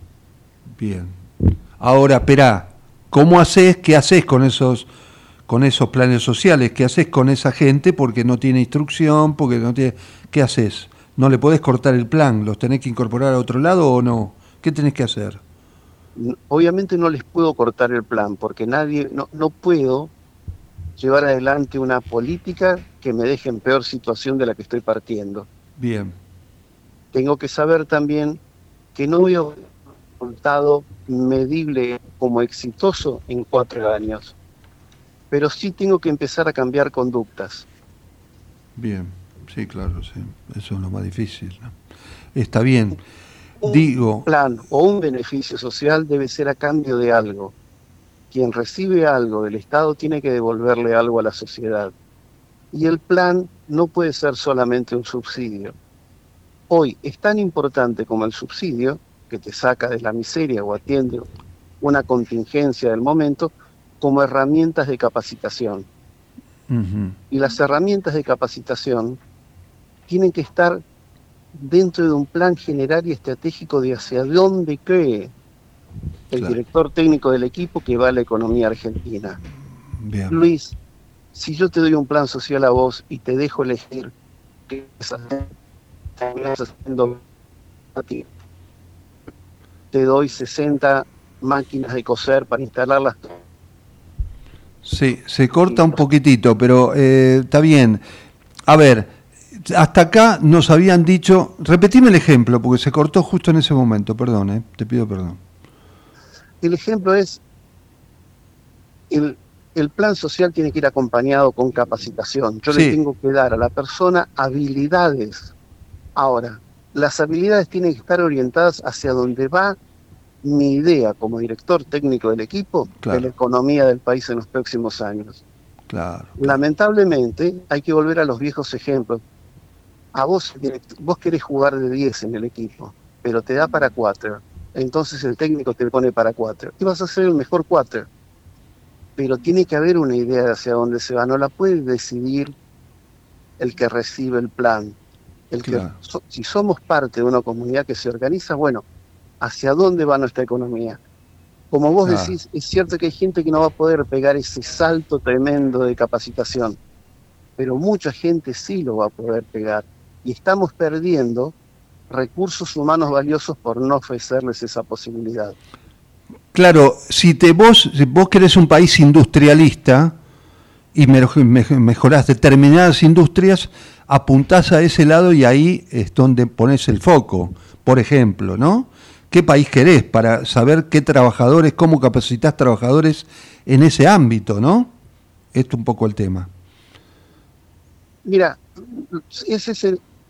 Bien. Ahora, esperá, ¿cómo haces? ¿Qué haces con esos con esos planes sociales? ¿Qué haces con esa gente porque no tiene instrucción, porque no tiene... ¿Qué haces? ¿No le podés cortar el plan? ¿Los tenés que incorporar a otro lado o no? ¿Qué tenés que hacer? N- Obviamente no les puedo cortar el plan porque nadie, no, no puedo llevar adelante una política que me deje en peor situación de la que estoy partiendo. Bien, Tengo que saber también que no veo un resultado medible como exitoso en cuatro años, pero sí tengo que empezar a cambiar conductas. bien. Sí, claro, sí. Eso es lo más difícil, ¿no? Está bien. Un Digo, plan o un beneficio social debe ser a cambio de algo. Quien recibe algo del Estado tiene que devolverle algo a la sociedad. Y el plan no puede ser solamente un subsidio. Hoy es tan importante como el subsidio, que te saca de la miseria o atiende una contingencia del momento, como herramientas de capacitación. ujú, Y las herramientas de capacitación tienen que estar dentro de un plan general y estratégico de hacia dónde cree el Claro. director técnico del equipo que va a la economía argentina. bien. Luis, si yo te doy un plan social a vos y te dejo elegir qué vas a hacer, terminás haciendo a ti. Te doy sesenta máquinas de coser para instalarlas. Sí, se corta un poquitito, pero eh, está bien. A ver, hasta acá nos habían dicho, repetime el ejemplo, porque se cortó justo en ese momento, perdón, eh, te pido perdón. El ejemplo es, el, el plan social tiene que ir acompañado con capacitación. Yo Sí. le tengo que dar a la persona habilidades. Ahora, las habilidades tienen que estar orientadas hacia donde va mi idea como director técnico del equipo, Claro. de la economía del país en los próximos años. Claro. Lamentablemente, hay que volver a los viejos ejemplos. A vos, direct- vos querés jugar de diez en el equipo, pero te da para cuatro. Entonces el técnico te pone para cuatro. Y vas a ser el mejor cuatro. Pero tiene que haber una idea de hacia dónde se va. No la puede decidir el que recibe el plan. El que, Claro. so- si somos parte de una comunidad que se organiza, bueno, ¿hacia dónde va nuestra economía? Como vos Claro. decís, es cierto que hay gente que no va a poder pegar ese salto tremendo de capacitación, pero mucha gente sí lo va a poder pegar. Y estamos perdiendo recursos humanos valiosos por no ofrecerles esa posibilidad. Claro, si te vos, si vos querés un país industrialista y me- me- mejorás determinadas industrias, apuntás a ese lado y ahí es donde pones el foco. Por ejemplo, ¿no? ¿Qué país querés para saber qué trabajadores, cómo capacitas trabajadores en ese ámbito, ¿no? Esto es un poco el tema. Mira, ese es el,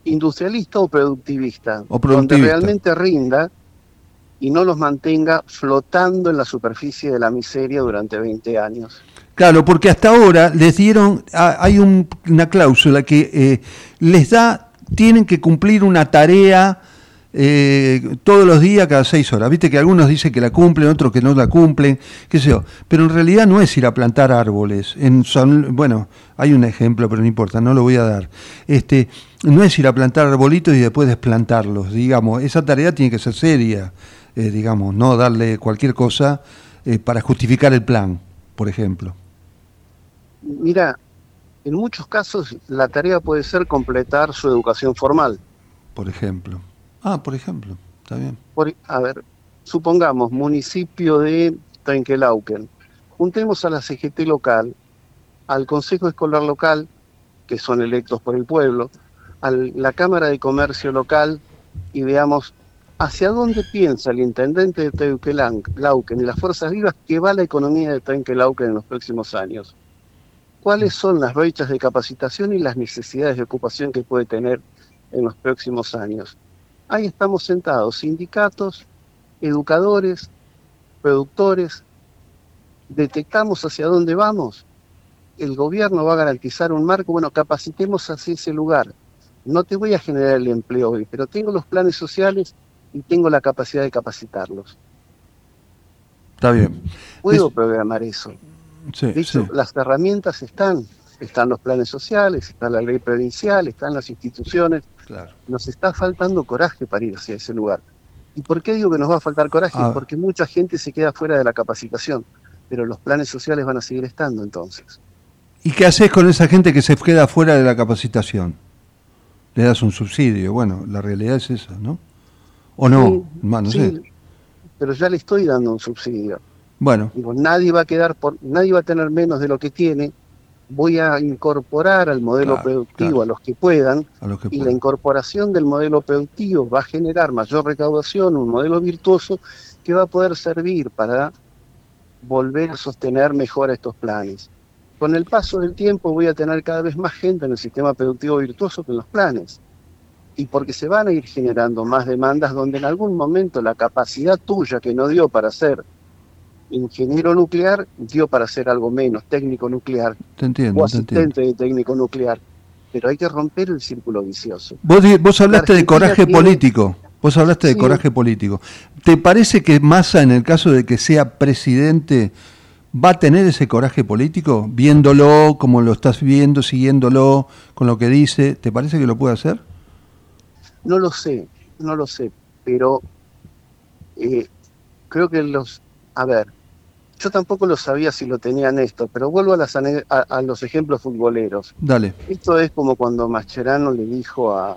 industrialista o productivista, O productivista. donde realmente rinda y no los mantenga flotando en la superficie de la miseria durante veinte años. Claro, porque hasta ahora les dieron, ah, hay un- una cláusula que eh, les da, tienen que cumplir una tarea eh, todos los días, cada seis horas. Viste que algunos dicen que la cumplen, otros que no la cumplen, qué sé yo. Pero en realidad no es ir a plantar árboles. En San- bueno, hay un ejemplo, pero no importa, no lo voy a dar. Este, no es ir a plantar arbolitos y después desplantarlos, digamos. Esa tarea tiene que ser seria, eh, digamos, no darle cualquier cosa eh, para justificar el plan, por ejemplo. Mira, en muchos casos la tarea puede ser completar su educación formal. Por ejemplo. Ah, por ejemplo, está bien. Por, a ver, supongamos, municipio de Trenquelauquen. Juntemos a la C G T local, al Consejo Escolar local, que son electos por el pueblo, a la Cámara de Comercio local, y veamos hacia dónde piensa el intendente de Trenquelauquen y las fuerzas vivas que va la economía de Trenquelauquen en los próximos años. ¿Cuáles son las brechas de capacitación y las necesidades de ocupación que puede tener en los próximos años? Ahí estamos sentados, sindicatos, educadores, productores, detectamos hacia dónde vamos. El gobierno va a garantizar un marco, bueno, capacitemos hacia ese lugar. No te voy a generar el empleo hoy, pero tengo los planes sociales y tengo la capacidad de capacitarlos. Está bien. Puedo Es- programar eso. Sí, De hecho, sí. las herramientas están. Están los planes sociales, está la ley provincial, están las instituciones. Claro. Nos está faltando coraje para ir hacia ese lugar. ¿Y por qué digo que nos va a faltar coraje? Ah. Porque mucha gente se queda fuera de la capacitación, pero los planes sociales van a seguir estando entonces. ¿Y qué haces con esa gente que se queda fuera de la capacitación? Le das un subsidio. Bueno, la realidad es esa, ¿no? ¿O no? Sí, Ma, no sí, sé. pero ya le estoy dando un subsidio. Bueno, Digo, nadie va a quedar por, nadie va a tener menos de lo que tiene. Voy a incorporar al modelo Claro, productivo claro. a los que puedan, a lo que y la pueda. incorporación del modelo productivo va a generar mayor recaudación, un modelo virtuoso que va a poder servir para volver a sostener mejor estos planes. Con el paso del tiempo voy a tener cada vez más gente en el sistema productivo virtuoso que en los planes. Y porque se van a ir generando más demandas donde en algún momento la capacidad tuya que no dio para ser ingeniero nuclear, dio para ser algo menos, técnico nuclear Te entiendo, o te entiendo. asistente de técnico nuclear. Pero hay que romper el círculo vicioso. Vos, di- vos hablaste La de Argentina coraje tiene- político. Vos hablaste de Sí. coraje político. ¿Te parece que Massa, en el caso de que sea presidente, va a tener ese coraje político? Viéndolo, como lo estás viendo, siguiéndolo, con lo que dice, ¿te parece que lo puede hacer? No lo sé, no lo sé, pero eh, creo que los... A ver, yo tampoco lo sabía si lo tenía Néstor, pero vuelvo a, las ane- a, a los ejemplos futboleros. Dale. Esto es como cuando Mascherano le dijo a,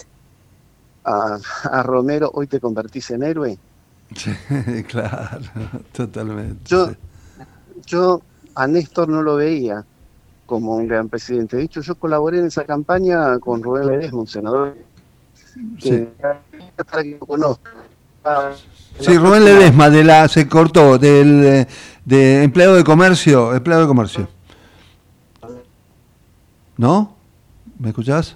a, a Romero, hoy te convertís en héroe. Sí, claro, totalmente. Yo, sí. yo a Néstor no lo veía como un gran presidente. De hecho, yo colaboré en esa campaña con Rubén Ledesma, un senador que, para que lo conozca. Sí, Rubén Ledesma, de la, se cortó, del eh, de empleado de comercio, empleado de comercio. ¿No? ¿Me escuchás?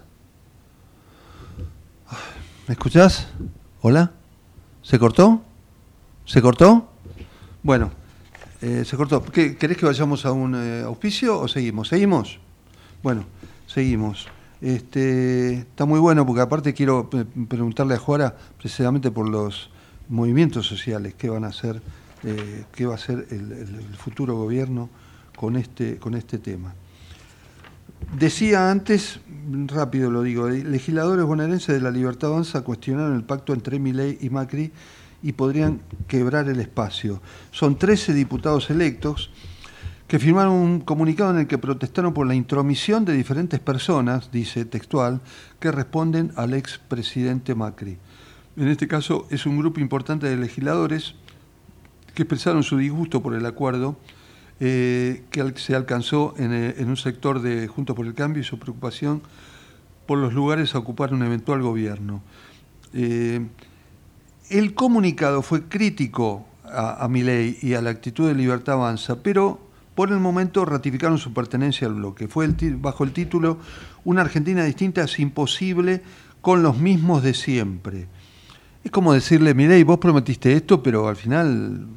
¿Me escuchás? ¿Hola? ¿Se cortó? ¿Se cortó? Bueno, eh, se cortó. ¿Qué, ¿Querés que vayamos a un eh, auspicio o seguimos? ¿Seguimos? Bueno, seguimos. Este, está muy bueno porque aparte quiero eh, preguntarle a Juara precisamente por los movimientos sociales, qué van a hacer, eh, qué va a hacer el, el, el futuro gobierno con este, con este tema. Decía antes, rápido lo digo, legisladores bonaerenses de La Libertad Avanza cuestionaron el pacto entre Milei y Macri y podrían quebrar el espacio. Son trece diputados electos que firmaron un comunicado en el que protestaron por la intromisión de diferentes personas, dice textual, que responden al expresidente Macri. En este caso es un grupo importante de legisladores que expresaron su disgusto por el acuerdo eh, que se alcanzó en, en un sector de Juntos por el Cambio y su preocupación por los lugares a ocupar un eventual gobierno. Eh, el comunicado fue crítico a, a Milei y a la actitud de Libertad Avanza, pero por el momento ratificaron su pertenencia al bloque. Fue el, bajo el título "Una Argentina distinta es imposible con los mismos de siempre. Es como decirle, Milei, vos prometiste esto, pero al final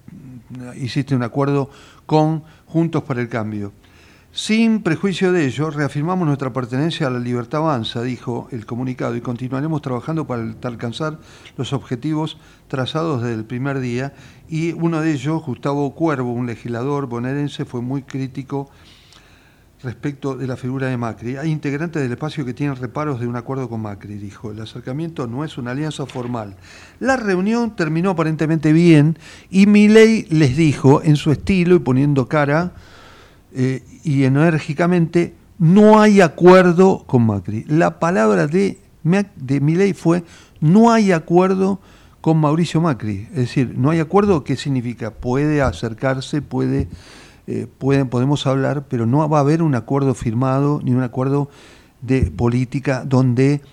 hiciste un acuerdo con Juntos por el Cambio. Sin prejuicio de ello, reafirmamos nuestra pertenencia a la Libertad Avanza, dijo el comunicado, y continuaremos trabajando para alcanzar los objetivos trazados desde el primer día. Y uno de ellos, Gustavo Cuervo, un legislador bonaerense, fue muy crítico respecto de la figura de Macri. Hay integrantes del espacio que tienen reparos de un acuerdo con Macri, dijo. El acercamiento no es una alianza formal. La reunión terminó aparentemente bien y Milei les dijo, en su estilo y poniendo cara eh, y enérgicamente, no hay acuerdo con Macri. La palabra de, de Milei fue, no hay acuerdo con Mauricio Macri. Es decir, no hay acuerdo, ¿qué significa? Puede acercarse, puede... Eh, pueden, podemos hablar, pero no va a haber un acuerdo firmado ni un acuerdo de política donde,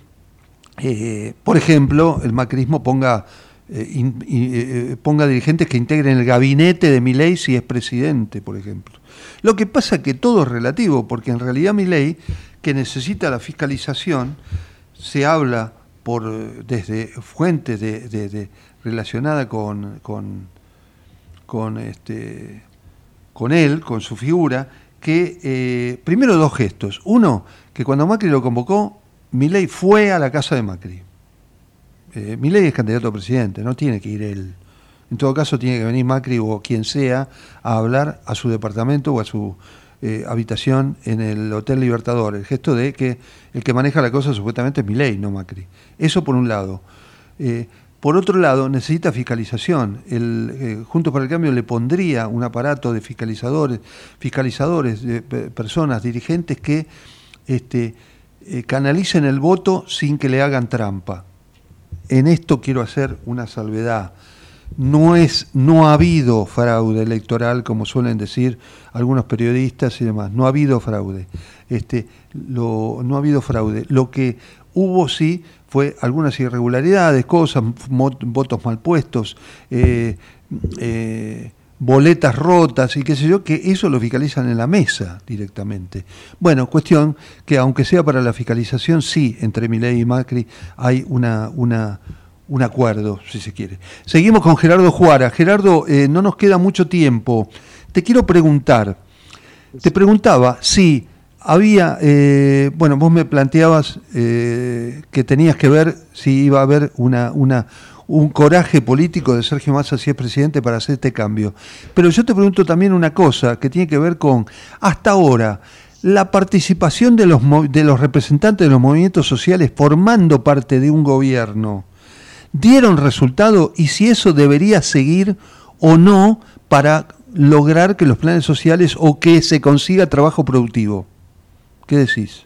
eh, por ejemplo, el macrismo ponga, eh, in, eh, ponga dirigentes que integren el gabinete de Milei si es presidente, por ejemplo. Lo que pasa es que todo es relativo, porque en realidad Milei, que necesita la fiscalización, se habla por desde fuentes de, de, de, relacionadas con, con, con este... con él, con su figura, que eh, primero dos gestos. Uno, que cuando Macri lo convocó, Milei fue a la casa de Macri. Eh, Milei es candidato a presidente, no tiene que ir él. En todo caso, tiene que venir Macri o quien sea a hablar a su departamento o a su eh, habitación en el Hotel Libertador. El gesto de que el que maneja la cosa supuestamente es Milei, no Macri. Eso por un lado. Eh, Por otro lado, necesita fiscalización. El, eh, Juntos por el Cambio le pondría un aparato de fiscalizadores, fiscalizadores, de eh, personas, dirigentes que este, eh, canalicen el voto sin que le hagan trampa. En esto quiero hacer una salvedad. No es, no ha habido fraude electoral, como suelen decir algunos periodistas y demás. No ha habido fraude. Este, lo, no ha habido fraude. Lo que hubo sí fue algunas irregularidades, cosas, votos mal puestos, eh, eh, boletas rotas y qué sé yo, que eso lo fiscalizan en la mesa directamente. Bueno, cuestión que aunque sea para la fiscalización, sí, entre Milei y Macri hay una, una, un acuerdo, si se quiere. Seguimos con Gerardo Juara. Gerardo, eh, no nos queda mucho tiempo. Te quiero preguntar, te preguntaba si... Había, eh, bueno, vos me planteabas eh, que tenías que ver si iba a haber una, una, un coraje político de Sergio Massa si es presidente para hacer este cambio. Pero yo te pregunto también una cosa que tiene que ver con, hasta ahora, la participación de los, de los representantes de los movimientos sociales formando parte de un gobierno, ¿dieron resultado? Y si eso debería seguir o no para lograr que los planes sociales o que se consiga trabajo productivo. ¿Qué decís?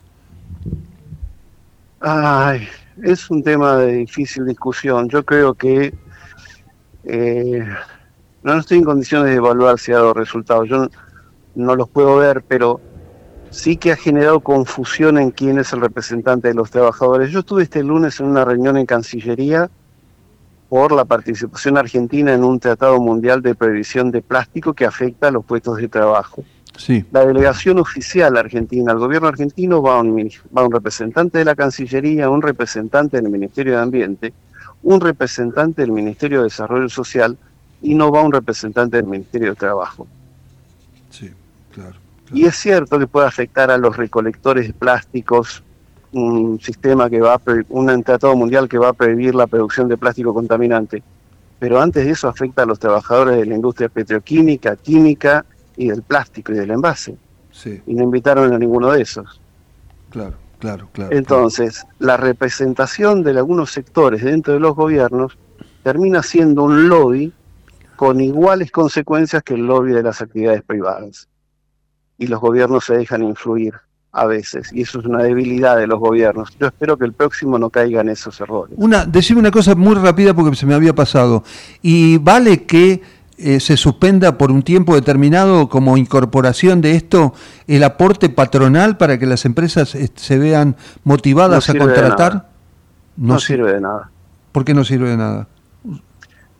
Ay, es un tema de difícil discusión. Yo creo que eh, no estoy en condiciones de evaluar si ha dado resultados. Yo no, no los puedo ver, pero sí que ha generado confusión en quién es el representante de los trabajadores. Yo estuve este lunes en una reunión en Cancillería por la participación argentina en un tratado mundial de prohibición de plástico que afecta a los puestos de trabajo. Sí. La delegación oficial argentina, el gobierno argentino, va un, va un representante de la Cancillería, un representante del Ministerio de Ambiente, un representante del Ministerio de Desarrollo Social y no va un representante del Ministerio de Trabajo. Sí, claro, claro. Y es cierto que puede afectar a los recolectores de plásticos, un sistema que va a un tratado mundial que va a prohibir la producción de plástico contaminante, pero antes de eso afecta a los trabajadores de la industria petroquímica, química y del plástico y del envase. Sí. Y no invitaron a ninguno de esos. Claro, claro, claro. Entonces, claro. La representación de algunos sectores dentro de los gobiernos termina siendo un lobby con iguales consecuencias que el lobby de las actividades privadas. Y los gobiernos se dejan influir a veces, y eso es una debilidad de los gobiernos. Yo espero que el próximo no caiga en esos errores. Una, decime una cosa muy rápida porque se me había pasado. ¿Y vale que Eh, se suspenda por un tiempo determinado como incorporación de esto el aporte patronal para que las empresas eh, se vean motivadas no a contratar? No, no sirve de nada. ¿Por qué no sirve de nada?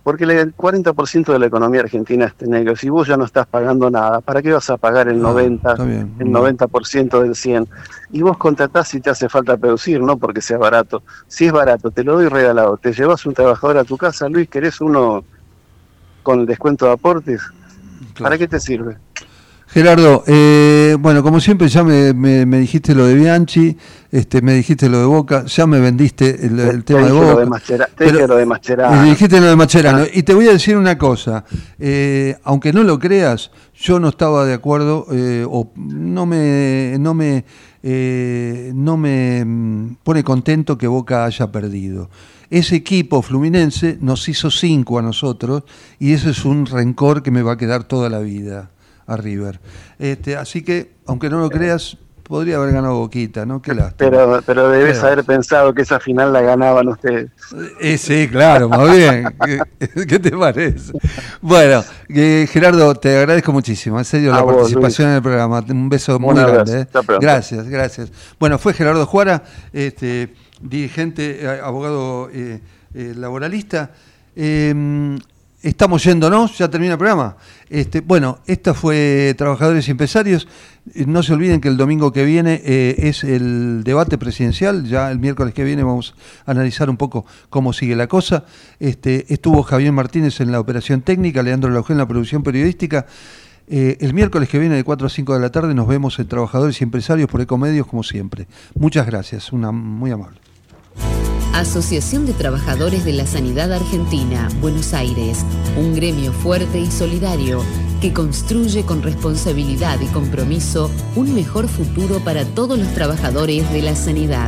Porque el cuarenta por ciento de la economía argentina es negro. Si vos ya no estás pagando nada, ¿para qué vas a pagar el noventa por ciento, el noventa por ciento del cien por ciento? Y vos contratás si te hace falta producir, no porque sea barato. Si es barato, te lo doy regalado. Te llevas un trabajador a tu casa, Luis, ¿querés uno con el descuento de aportes? Claro. ¿Para qué te sirve? Gerardo, eh, bueno, como siempre ya me, me, me dijiste lo de Bianchi, este, me dijiste lo de Boca, ya me vendiste el, el tema de Boca. Lo de Machera, te dije lo de Mascherano. Me dijiste lo de Mascherano. Ah. Y te voy a decir una cosa, eh, aunque no lo creas, yo no estaba de acuerdo, eh, o no me, no me, eh, no me pone contento que Boca haya perdido. Ese equipo Fluminense nos hizo cinco a nosotros y eso es un rencor que me va a quedar toda la vida a River. Este, así que, aunque no lo creas, podría haber ganado Boquita, ¿no? Qué lástima. Pero, pero debes pero, haber pensado que esa final la ganaban ustedes. Eh, sí, claro, más bien. ¿Qué, ¿Qué te parece? Bueno, eh, Gerardo, te agradezco muchísimo, en serio, a la vos, participación Luis. En el programa. Un beso muy Una grande. Eh. Gracias, gracias. Bueno, fue Gerardo Juara, este, dirigente, eh, abogado eh, eh, laboralista. Eh, Estamos yéndonos, ya termina el programa. Este, bueno, esta fue Trabajadores y Empresarios. No se olviden que el domingo que viene eh, es el debate presidencial. Ya el miércoles que viene vamos a analizar un poco cómo sigue la cosa. Este, estuvo Javier Martínez en la operación técnica, Leandro Laugel en la producción periodística. Eh, el miércoles que viene de cuatro a cinco de la tarde nos vemos en Trabajadores y Empresarios por Ecomedios como siempre. Muchas gracias, una muy amable. Asociación de Trabajadores de la Sanidad Argentina, Buenos Aires, un gremio fuerte y solidario que construye con responsabilidad y compromiso un mejor futuro para todos los trabajadores de la sanidad.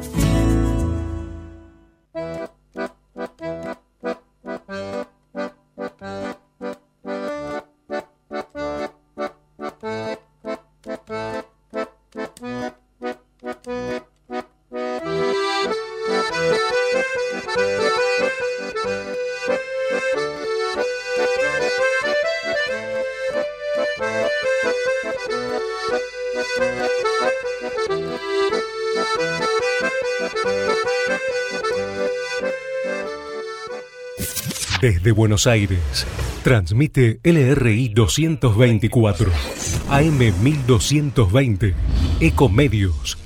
Desde Buenos Aires, transmite L R I doscientos veinticuatro, A M mil doscientos veinte, Ecomedios.